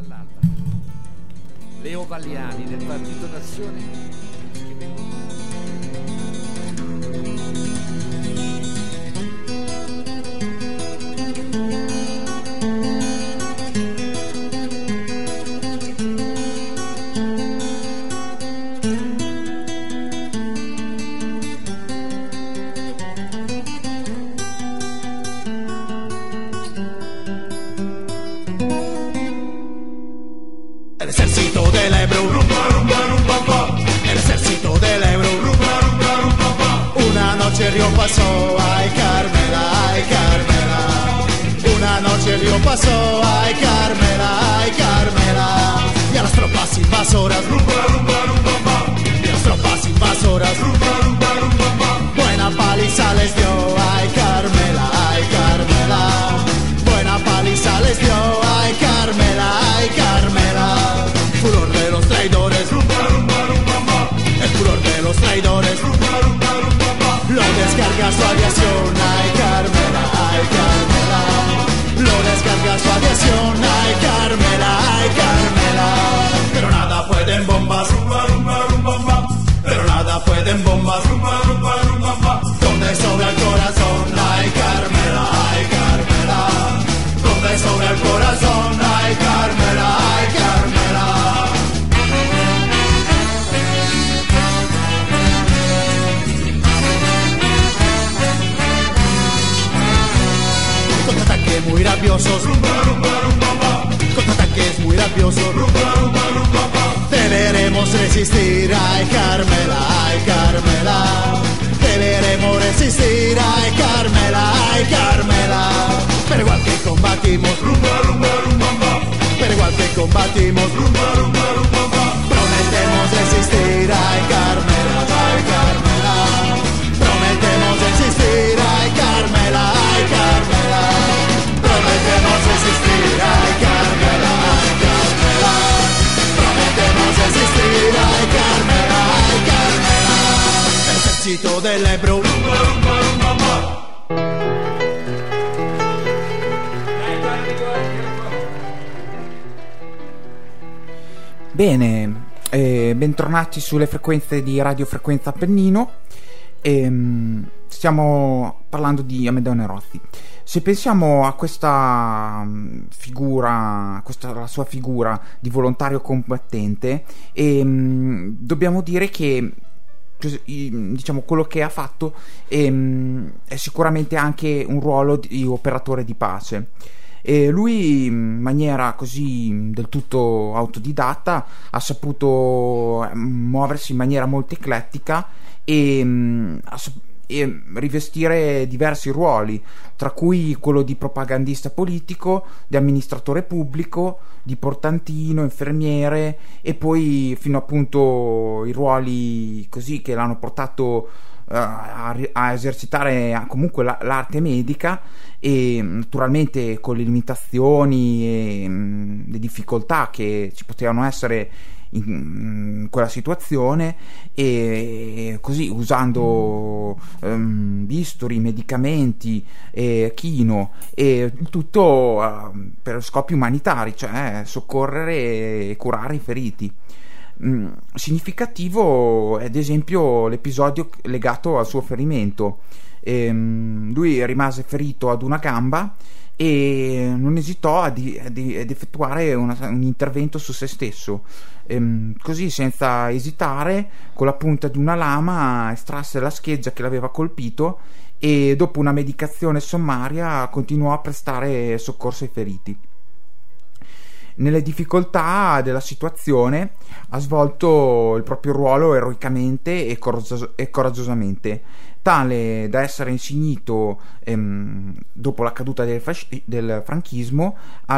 Leo Valliani del Partito d'Azione. L'esercito dell'Ebro, l'esercito dell'Ebro, una noche el río pasó, ay Carmela, ay Carmela, una noche el río pasó, ay Carmela, y a las tropas invasoras, y a las tropas invasoras, buena paliza les dio, ay Carmela, buena paliza les dio, ay Carmela, furor de los traidores, el furor de los traidores, lo descarga su aviación, ay Carmela, lo descarga su aviación, ay Carmela, pero nada pueden bombas, pero nada pueden bombas, donde sobra el corazón, ay Carmela, donde sobra el corazón, ay Carmela, contraataques muy rabiosos, contraataques muy rabiosos, deberemos resistir, ay Carmela, deberemos resistir, ay Carmela, pero igual que combatimos, pero igual que combatimos, prometemos resistir, ay Carmela, prometemos resistir, ay Carmela, prometemos resistir, ay Carmela, prometemos resistir, ay Carmela, el ejército del Ebro. Bene, bentornati sulle frequenze di Radio Frequenza Appennino. Stiamo parlando di Amedeo Nerozzi. Se pensiamo a questa figura, la sua figura di volontario combattente, dobbiamo dire che diciamo quello che ha fatto è sicuramente anche un ruolo di operatore di pace. E lui, in maniera così del tutto autodidatta, ha saputo muoversi in maniera molto eclettica e rivestire diversi ruoli, tra cui quello di propagandista politico, di amministratore pubblico, di portantino, infermiere, e poi fino appunto i ruoli così che l'hanno portato a esercitare comunque l'arte medica, e naturalmente con le limitazioni e le difficoltà che ci potevano essere in quella situazione, e così usando bisturi, medicamenti, chino, e tutto per scopi umanitari, cioè soccorrere e curare i feriti. Significativo è ad esempio l'episodio legato al suo ferimento. Lui rimase ferito ad una gamba e non esitò ad effettuare un intervento su se stesso. Così, senza esitare, con la punta di una lama estrasse la scheggia che l'aveva colpito, e dopo una medicazione sommaria continuò a prestare soccorso ai feriti. Nelle difficoltà della situazione ha svolto il proprio ruolo eroicamente e coraggiosamente, tale da essere insignito dopo la caduta del franchismo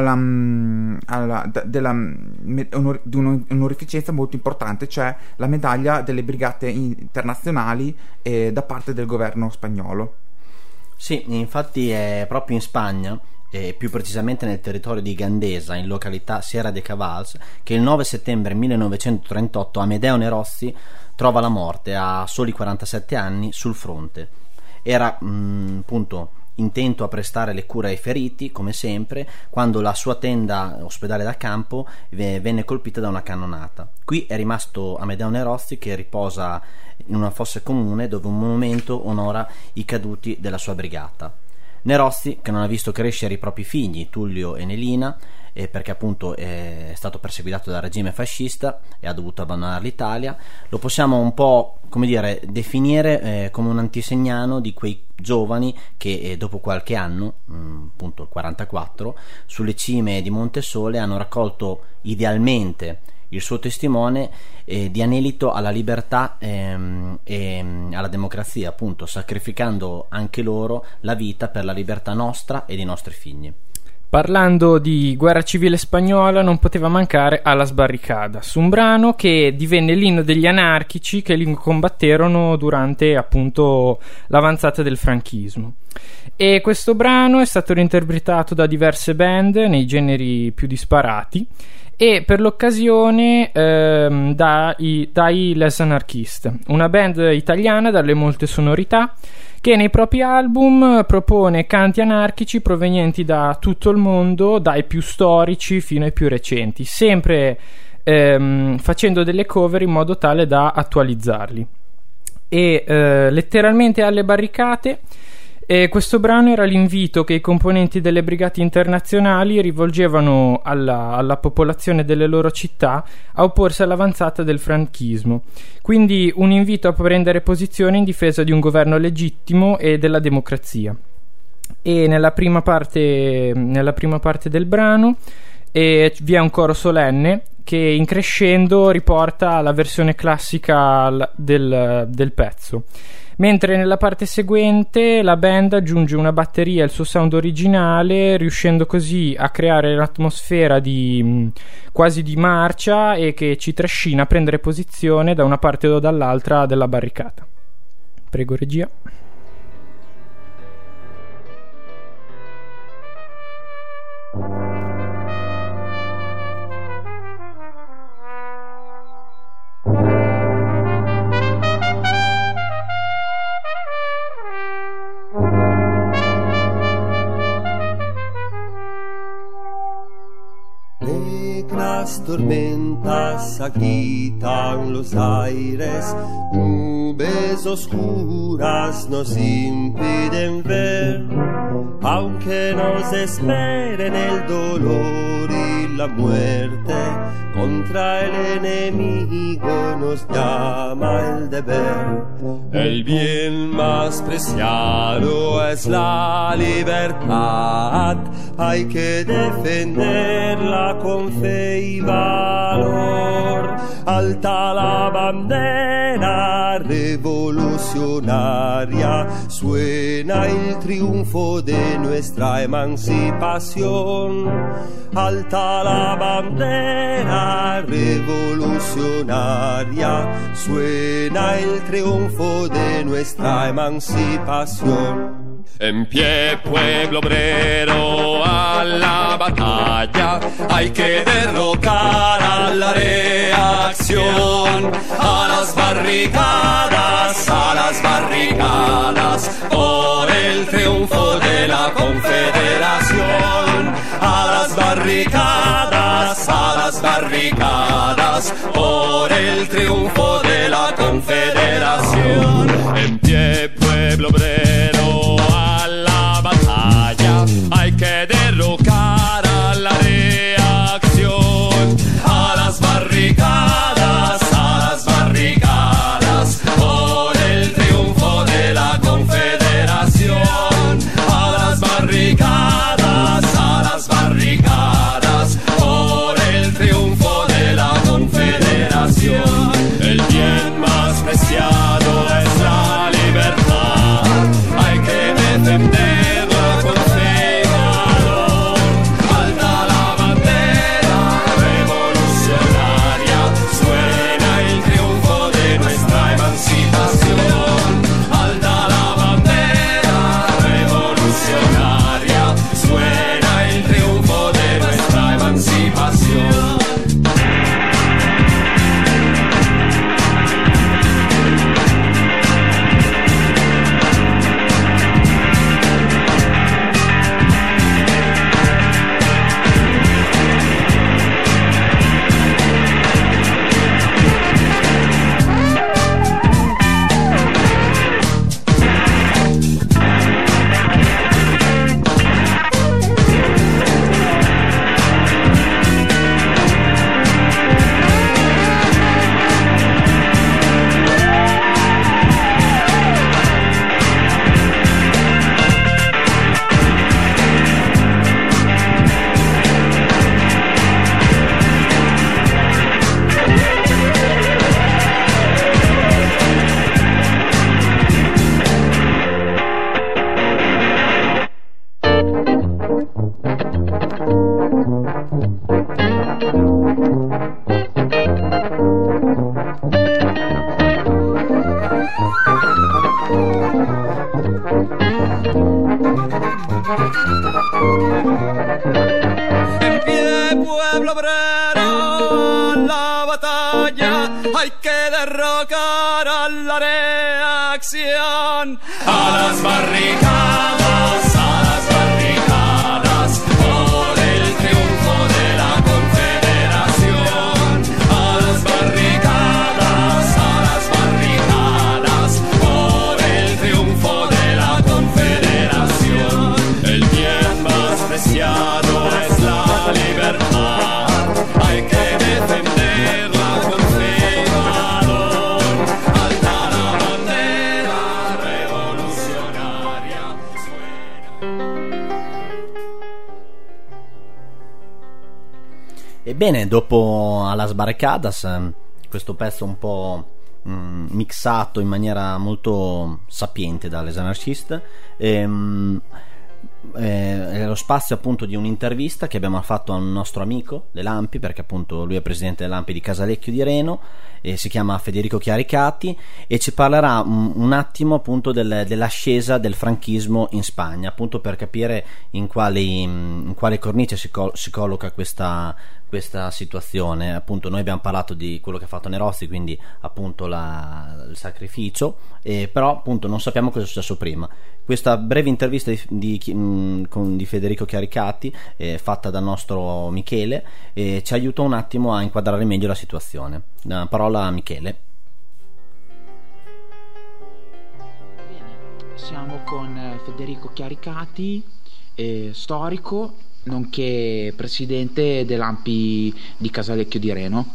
di un'onorificenza molto importante, cioè la medaglia delle brigate internazionali da parte del governo spagnolo. Sì, infatti è proprio in Spagna, più precisamente nel territorio di Gandesa, in località Sierra de Cavals, che il 9 settembre 1938 Amedeo Nerozzi trova la morte a soli 47 anni sul fronte. Era appunto intento a prestare le cure ai feriti, come sempre, quando la sua tenda ospedale da campo venne colpita da una cannonata. Qui è rimasto Amedeo Nerozzi, che riposa in una fossa comune dove un monumento onora i caduti della sua brigata. Nerozzi, che non ha visto crescere i propri figli Tullio e Nelina, perché appunto è stato perseguitato dal regime fascista e ha dovuto abbandonare l'Italia, lo possiamo un po', come dire, definire come un antisegnano di quei giovani che dopo qualche anno, appunto il 44, sulle cime di Montesole hanno raccolto idealmente il suo testimone di anelito alla libertà e alla democrazia, appunto sacrificando anche loro la vita per la libertà nostra e dei nostri figli. Parlando di guerra civile spagnola, non poteva mancare A las barricadas, un brano che divenne l'inno degli anarchici che li combatterono durante appunto l'avanzata del franchismo. E questo brano è stato reinterpretato da diverse band nei generi più disparati, e per l'occasione dai Les Anarchistes, una band italiana dalle molte sonorità che nei propri album propone canti anarchici provenienti da tutto il mondo, dai più storici fino ai più recenti, sempre facendo delle cover in modo tale da attualizzarli. E letteralmente alle barricate. E questo brano era l'invito che i componenti delle brigate internazionali rivolgevano alla popolazione delle loro città a opporsi all'avanzata del franchismo, quindi un invito a prendere posizione in difesa di un governo legittimo e della democrazia. E nella prima parte del brano vi è un coro solenne che in crescendo riporta la versione classica del pezzo, mentre nella parte seguente la band aggiunge una batteria e il suo sound originale, riuscendo così a creare un'atmosfera quasi di marcia e che ci trascina a prendere posizione da una parte o dall'altra della barricata. Prego regia. Las tormentas agitan los aires, nubes oscuras nos impiden ver, aunque nos esperen el dolor y la muerte, contra el enemigo nos llama el deber. El bien más preciado es la libertad, hay que defenderla con fe y valor. Alta la bandera revolucionaria, suena el triunfo de nuestra emancipación. Alta la bandera revolucionaria, suena el triunfo de nuestra emancipación. En pie, pueblo obrero, a la batalla, hay que derrocar a la reacción. A las barricadas, por el triunfo de la Confederación. A las barricadas, por el triunfo de la Confederación. En pie, pueblo obrero, a la batalla, hay que derrocar a la reacción. A las barricadas, por el triunfo de la Confederación. A las barricadas, por el triunfo de la Confederación. El bien más preciado es la libertad. En pie, pueblo obrero, la batalla, hay que derrocar a la reacción. A las barricadas, por el triunfo de la Confederación. A las barricadas, por el triunfo de la Confederación. El bien más preciado es la libertad, hay que defenderla con fe y valor. Alta la bandera revolucionaria Ebbene, dopo A las barricadas, questo pezzo un po' mixato in maniera molto sapiente da Les Anarchistes, è lo spazio appunto di un'intervista che abbiamo fatto a un nostro amico dell'Ampi, perché appunto lui è presidente dell'Ampi di Casalecchio di Reno e si chiama Federico Chiaricati, e ci parlerà un attimo appunto dell'ascesa del franchismo in Spagna, appunto per capire in quale cornice si colloca questa situazione. Appunto noi abbiamo parlato di quello che ha fatto Nerozzi, quindi appunto il sacrificio, però appunto non sappiamo cosa è successo prima. Questa breve intervista di Federico Chiaricati, fatta dal nostro Michele, ci aiuta un attimo a inquadrare meglio la situazione. La parola a Michele. Bene, siamo con Federico Chiaricati, storico nonché presidente dell'Ampi di Casalecchio di Reno.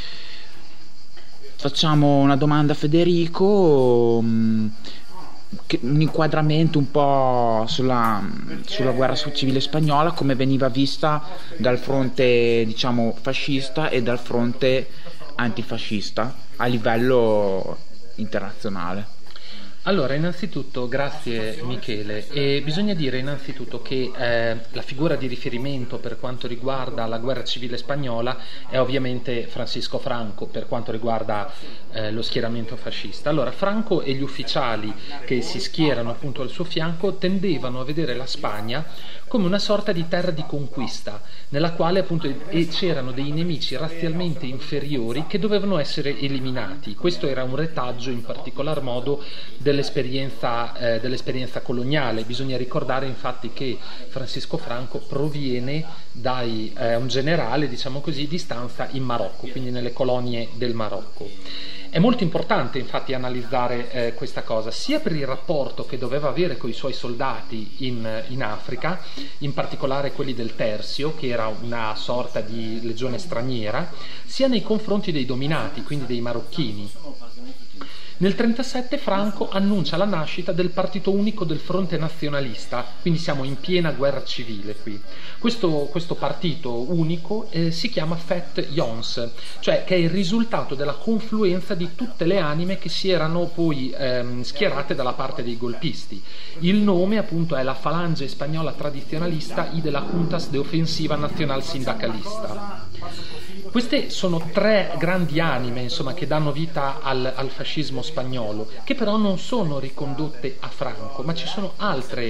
Facciamo una domanda a Federico, un inquadramento un po' sulla guerra civile spagnola, come veniva vista dal fronte, diciamo, fascista e dal fronte antifascista a livello internazionale. Allora, innanzitutto grazie Michele, e bisogna dire innanzitutto che la figura di riferimento per quanto riguarda la guerra civile spagnola è ovviamente Francisco Franco, per quanto riguarda lo schieramento fascista. Allora, Franco e gli ufficiali che si schierano appunto al suo fianco tendevano a vedere la Spagna come una sorta di terra di conquista, nella quale appunto c'erano dei nemici razzialmente inferiori che dovevano essere eliminati. Questo era un retaggio in particolar modo dell'esperienza coloniale. Bisogna ricordare infatti che Francisco Franco proviene da un generale, diciamo così, di stanza in Marocco, quindi nelle colonie del Marocco. È molto importante infatti analizzare questa cosa, sia per il rapporto che doveva avere con i suoi soldati in Africa, in particolare quelli del Tercio, che era una sorta di legione straniera, sia nei confronti dei dominati, quindi dei marocchini. Nel 1937 Franco annuncia la nascita del partito unico del fronte nazionalista, quindi siamo in piena guerra civile qui. Questo partito unico si chiama Fet Jons, cioè che è il risultato della confluenza di tutte le anime che si erano poi schierate dalla parte dei golpisti. Il nome appunto è la Falange Spagnola Tradizionalista y de la Juntas de Ofensiva Nacional Sindacalista. Queste sono tre grandi anime, insomma, che danno vita al fascismo spagnolo, che però non sono ricondotte a Franco, ma ci sono altri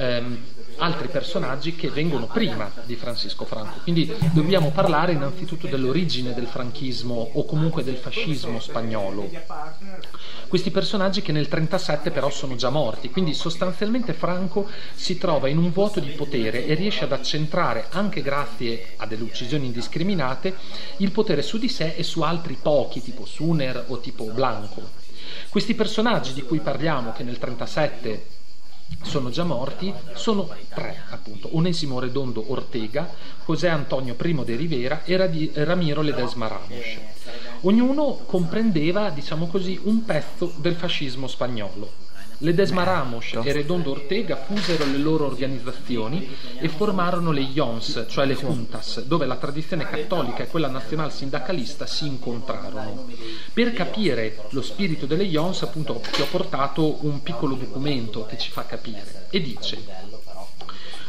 personaggi che vengono prima di Francisco Franco. Quindi dobbiamo parlare innanzitutto dell'origine del franchismo o comunque del fascismo spagnolo. Questi personaggi che nel 1937 però sono già morti, quindi sostanzialmente Franco si trova in un vuoto di potere e riesce ad accentrare, anche grazie a delle uccisioni indiscriminate, il potere su di sé e su altri pochi, tipo Suner o tipo Blanco. Questi personaggi di cui parliamo, che nel 1937 sono già morti, sono tre appunto: Onésimo Redondo Ortega, José Antonio Primo de Rivera e Ramiro Ledesma Ramos. Ognuno comprendeva, diciamo così, un pezzo del fascismo spagnolo. Ledesma Ramos e Redondo Ortega fusero le loro organizzazioni e formarono le Jons, cioè le Juntas, dove la tradizione cattolica e quella nazional sindacalista si incontrarono. Per capire lo spirito delle Jons, appunto, ti ho portato un piccolo documento che ci fa capire, e dice: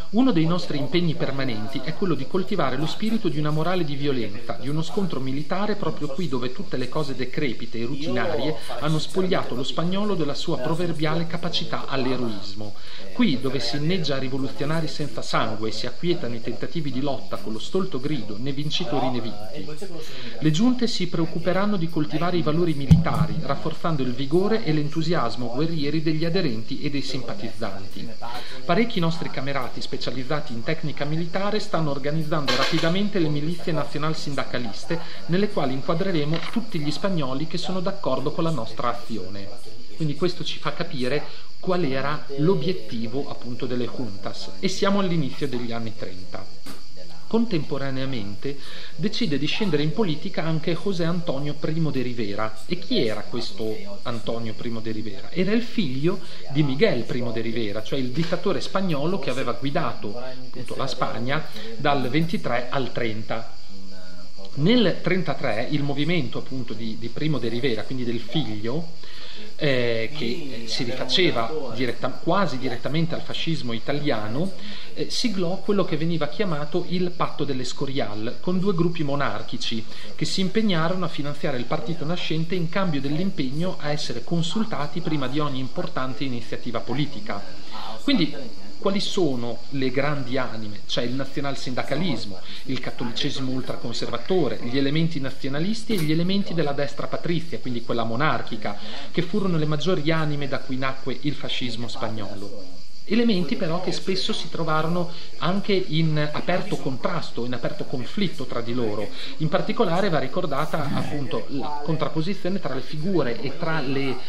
Uno dei nostri impegni permanenti è quello di coltivare lo spirito di una morale di violenza, di uno scontro militare proprio qui dove tutte le cose decrepite e rutinarie hanno spogliato lo spagnolo della sua proverbiale capacità all'eroismo. Qui dove si inneggia a rivoluzionari senza sangue e si acquietano i tentativi di lotta con lo stolto grido né vincitori né vinti. Le giunte si preoccuperanno di coltivare i valori militari, rafforzando il vigore e l'entusiasmo guerrieri degli aderenti e dei simpatizzanti. Parecchi nostri camerati specializzati in tecnica militare stanno organizzando rapidamente le milizie nazional-sindacaliste, nelle quali inquadreremo tutti gli spagnoli che sono d'accordo con la nostra azione. Quindi questo ci fa capire qual era l'obiettivo appunto delle juntas, e siamo all'inizio degli anni 30. Contemporaneamente decide di scendere in politica anche José Antonio Primo de Rivera. E chi era questo Antonio Primo de Rivera? Era il figlio di Miguel Primo de Rivera, cioè il dittatore spagnolo che aveva guidato appunto la Spagna dal 23 al 30. Nel 33 il movimento appunto di Primo de Rivera, quindi del figlio, che si rifaceva quasi direttamente al fascismo italiano, siglò quello che veniva chiamato il Patto dell'Escorial, con due gruppi monarchici che si impegnarono a finanziare il partito nascente in cambio dell'impegno a essere consultati prima di ogni importante iniziativa politica. Quindi quali sono le grandi anime? C'è il nazionalsindacalismo, il cattolicesimo ultraconservatore, gli elementi nazionalisti e gli elementi della destra patrizia, quindi quella monarchica, che furono le maggiori anime da cui nacque il fascismo spagnolo. Elementi però che spesso si trovarono anche in aperto contrasto, in aperto conflitto tra di loro. In particolare va ricordata appunto la contrapposizione tra le figure e tra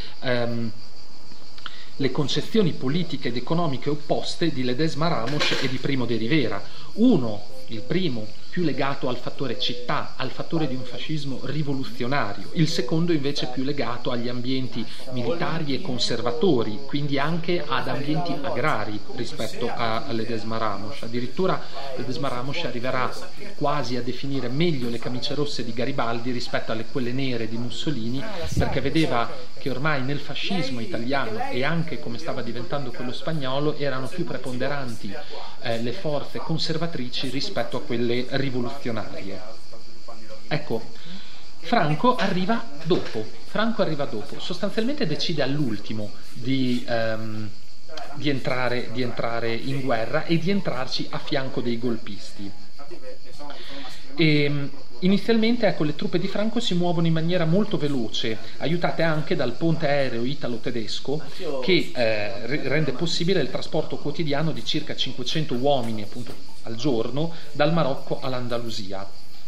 le concezioni politiche ed economiche opposte di Ledesma Ramos e di Primo de Rivera. Uno, il primo, più legato al fattore città, al fattore di un fascismo rivoluzionario, il secondo invece più legato agli ambienti militari e conservatori, quindi anche ad ambienti agrari rispetto a Ledesma Ramos. Addirittura Ledesma Ramos arriverà quasi a definire meglio le camicie rosse di Garibaldi rispetto alle quelle nere di Mussolini, perché vedeva che ormai nel fascismo italiano e anche come stava diventando quello spagnolo erano più preponderanti le forze conservatrici rispetto a quelle rivoluzionarie. Ecco, Franco arriva dopo, sostanzialmente decide all'ultimo di entrare in guerra e di entrarci a fianco dei golpisti. Inizialmente le truppe di Franco si muovono in maniera molto veloce, aiutate anche dal ponte aereo italo-tedesco che rende possibile il trasporto quotidiano di circa 500 uomini appunto al giorno dal Marocco all'Andalusia.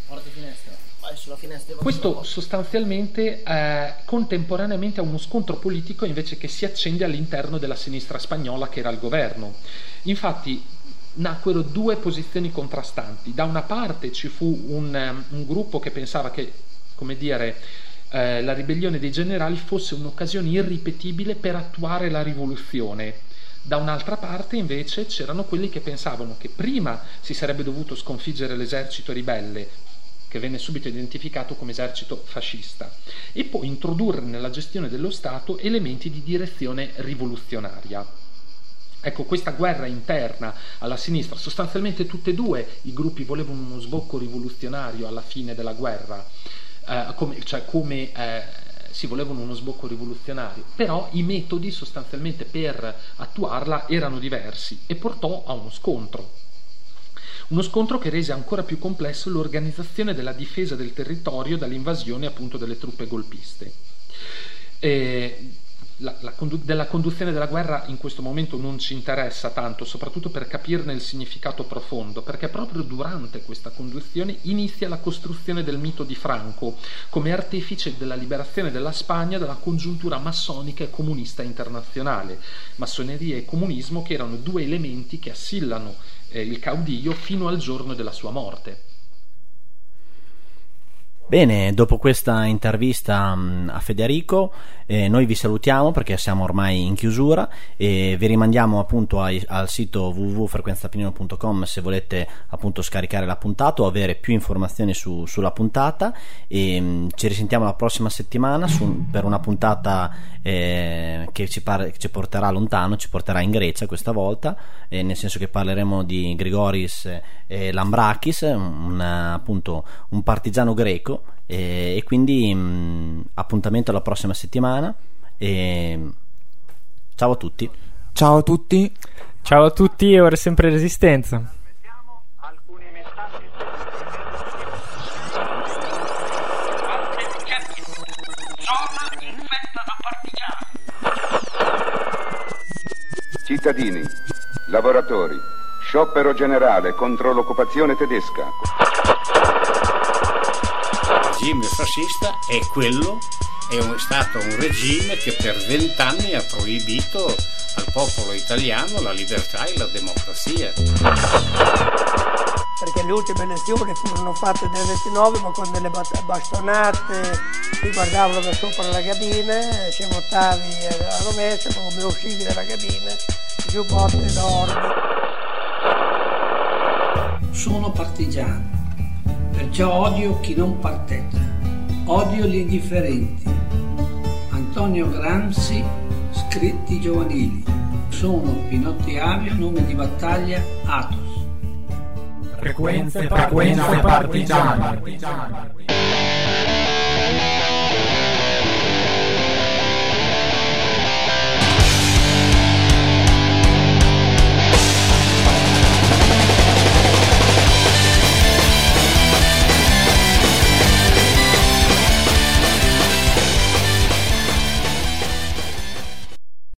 Questo sostanzialmente contemporaneamente a uno scontro politico invece che si accende all'interno della sinistra spagnola che era al governo. Infatti nacquero due posizioni contrastanti. Da una parte ci fu un gruppo che pensava che, come dire, la ribellione dei generali fosse un'occasione irripetibile per attuare la rivoluzione. Da un'altra parte invece c'erano quelli che pensavano che prima si sarebbe dovuto sconfiggere l'esercito ribelle, che venne subito identificato come esercito fascista, e poi introdurre nella gestione dello Stato elementi di direzione rivoluzionaria. Ecco, questa guerra interna alla sinistra, sostanzialmente tutti e due i gruppi volevano uno sbocco rivoluzionario alla fine della guerra, si volevano uno sbocco rivoluzionario, però i metodi sostanzialmente per attuarla erano diversi e portò a uno scontro che rese ancora più complesso l'organizzazione della difesa del territorio dall'invasione appunto delle truppe golpiste. Della conduzione della guerra in questo momento non ci interessa tanto, soprattutto per capirne il significato profondo, perché proprio durante questa conduzione inizia la costruzione del mito di Franco come artefice della liberazione della Spagna dalla congiuntura massonica e comunista internazionale. Massoneria e comunismo che erano due elementi che assillano il caudillo fino al giorno della sua morte. Bene, dopo questa intervista a Federico, noi vi salutiamo perché siamo ormai in chiusura e vi rimandiamo appunto al sito www.frequenzapennino.com se volete appunto scaricare la puntata o avere più informazioni sulla puntata, e ci risentiamo la prossima settimana per una puntata che ci porterà lontano, ci porterà in Grecia questa volta, nel senso che parleremo di Grigoris Lambrakis, appunto un partigiano greco, e quindi appuntamento alla prossima settimana, e ciao a tutti. Ciao a tutti. Ciao a tutti, e ora sempre Resistenza. Cittadini, lavoratori, sciopero generale contro l'occupazione tedesca. Il regime fascista è stato un regime che per 20 anni ha proibito al popolo italiano la libertà e la democrazia. Perché le ultime elezioni furono fatte nel 29, ma con delle bastonate, ti guardavano da sopra la cabina, se votavi a rovescio, come uscivi dalla cabina, più botte d'oro. Sono partigiano, perciò odio chi non parteggia, odio gli indifferenti. Antonio Gramsci, scritti giovanili. Sono Pinotti Avio, nome di battaglia Athos. Frequenze partigiane.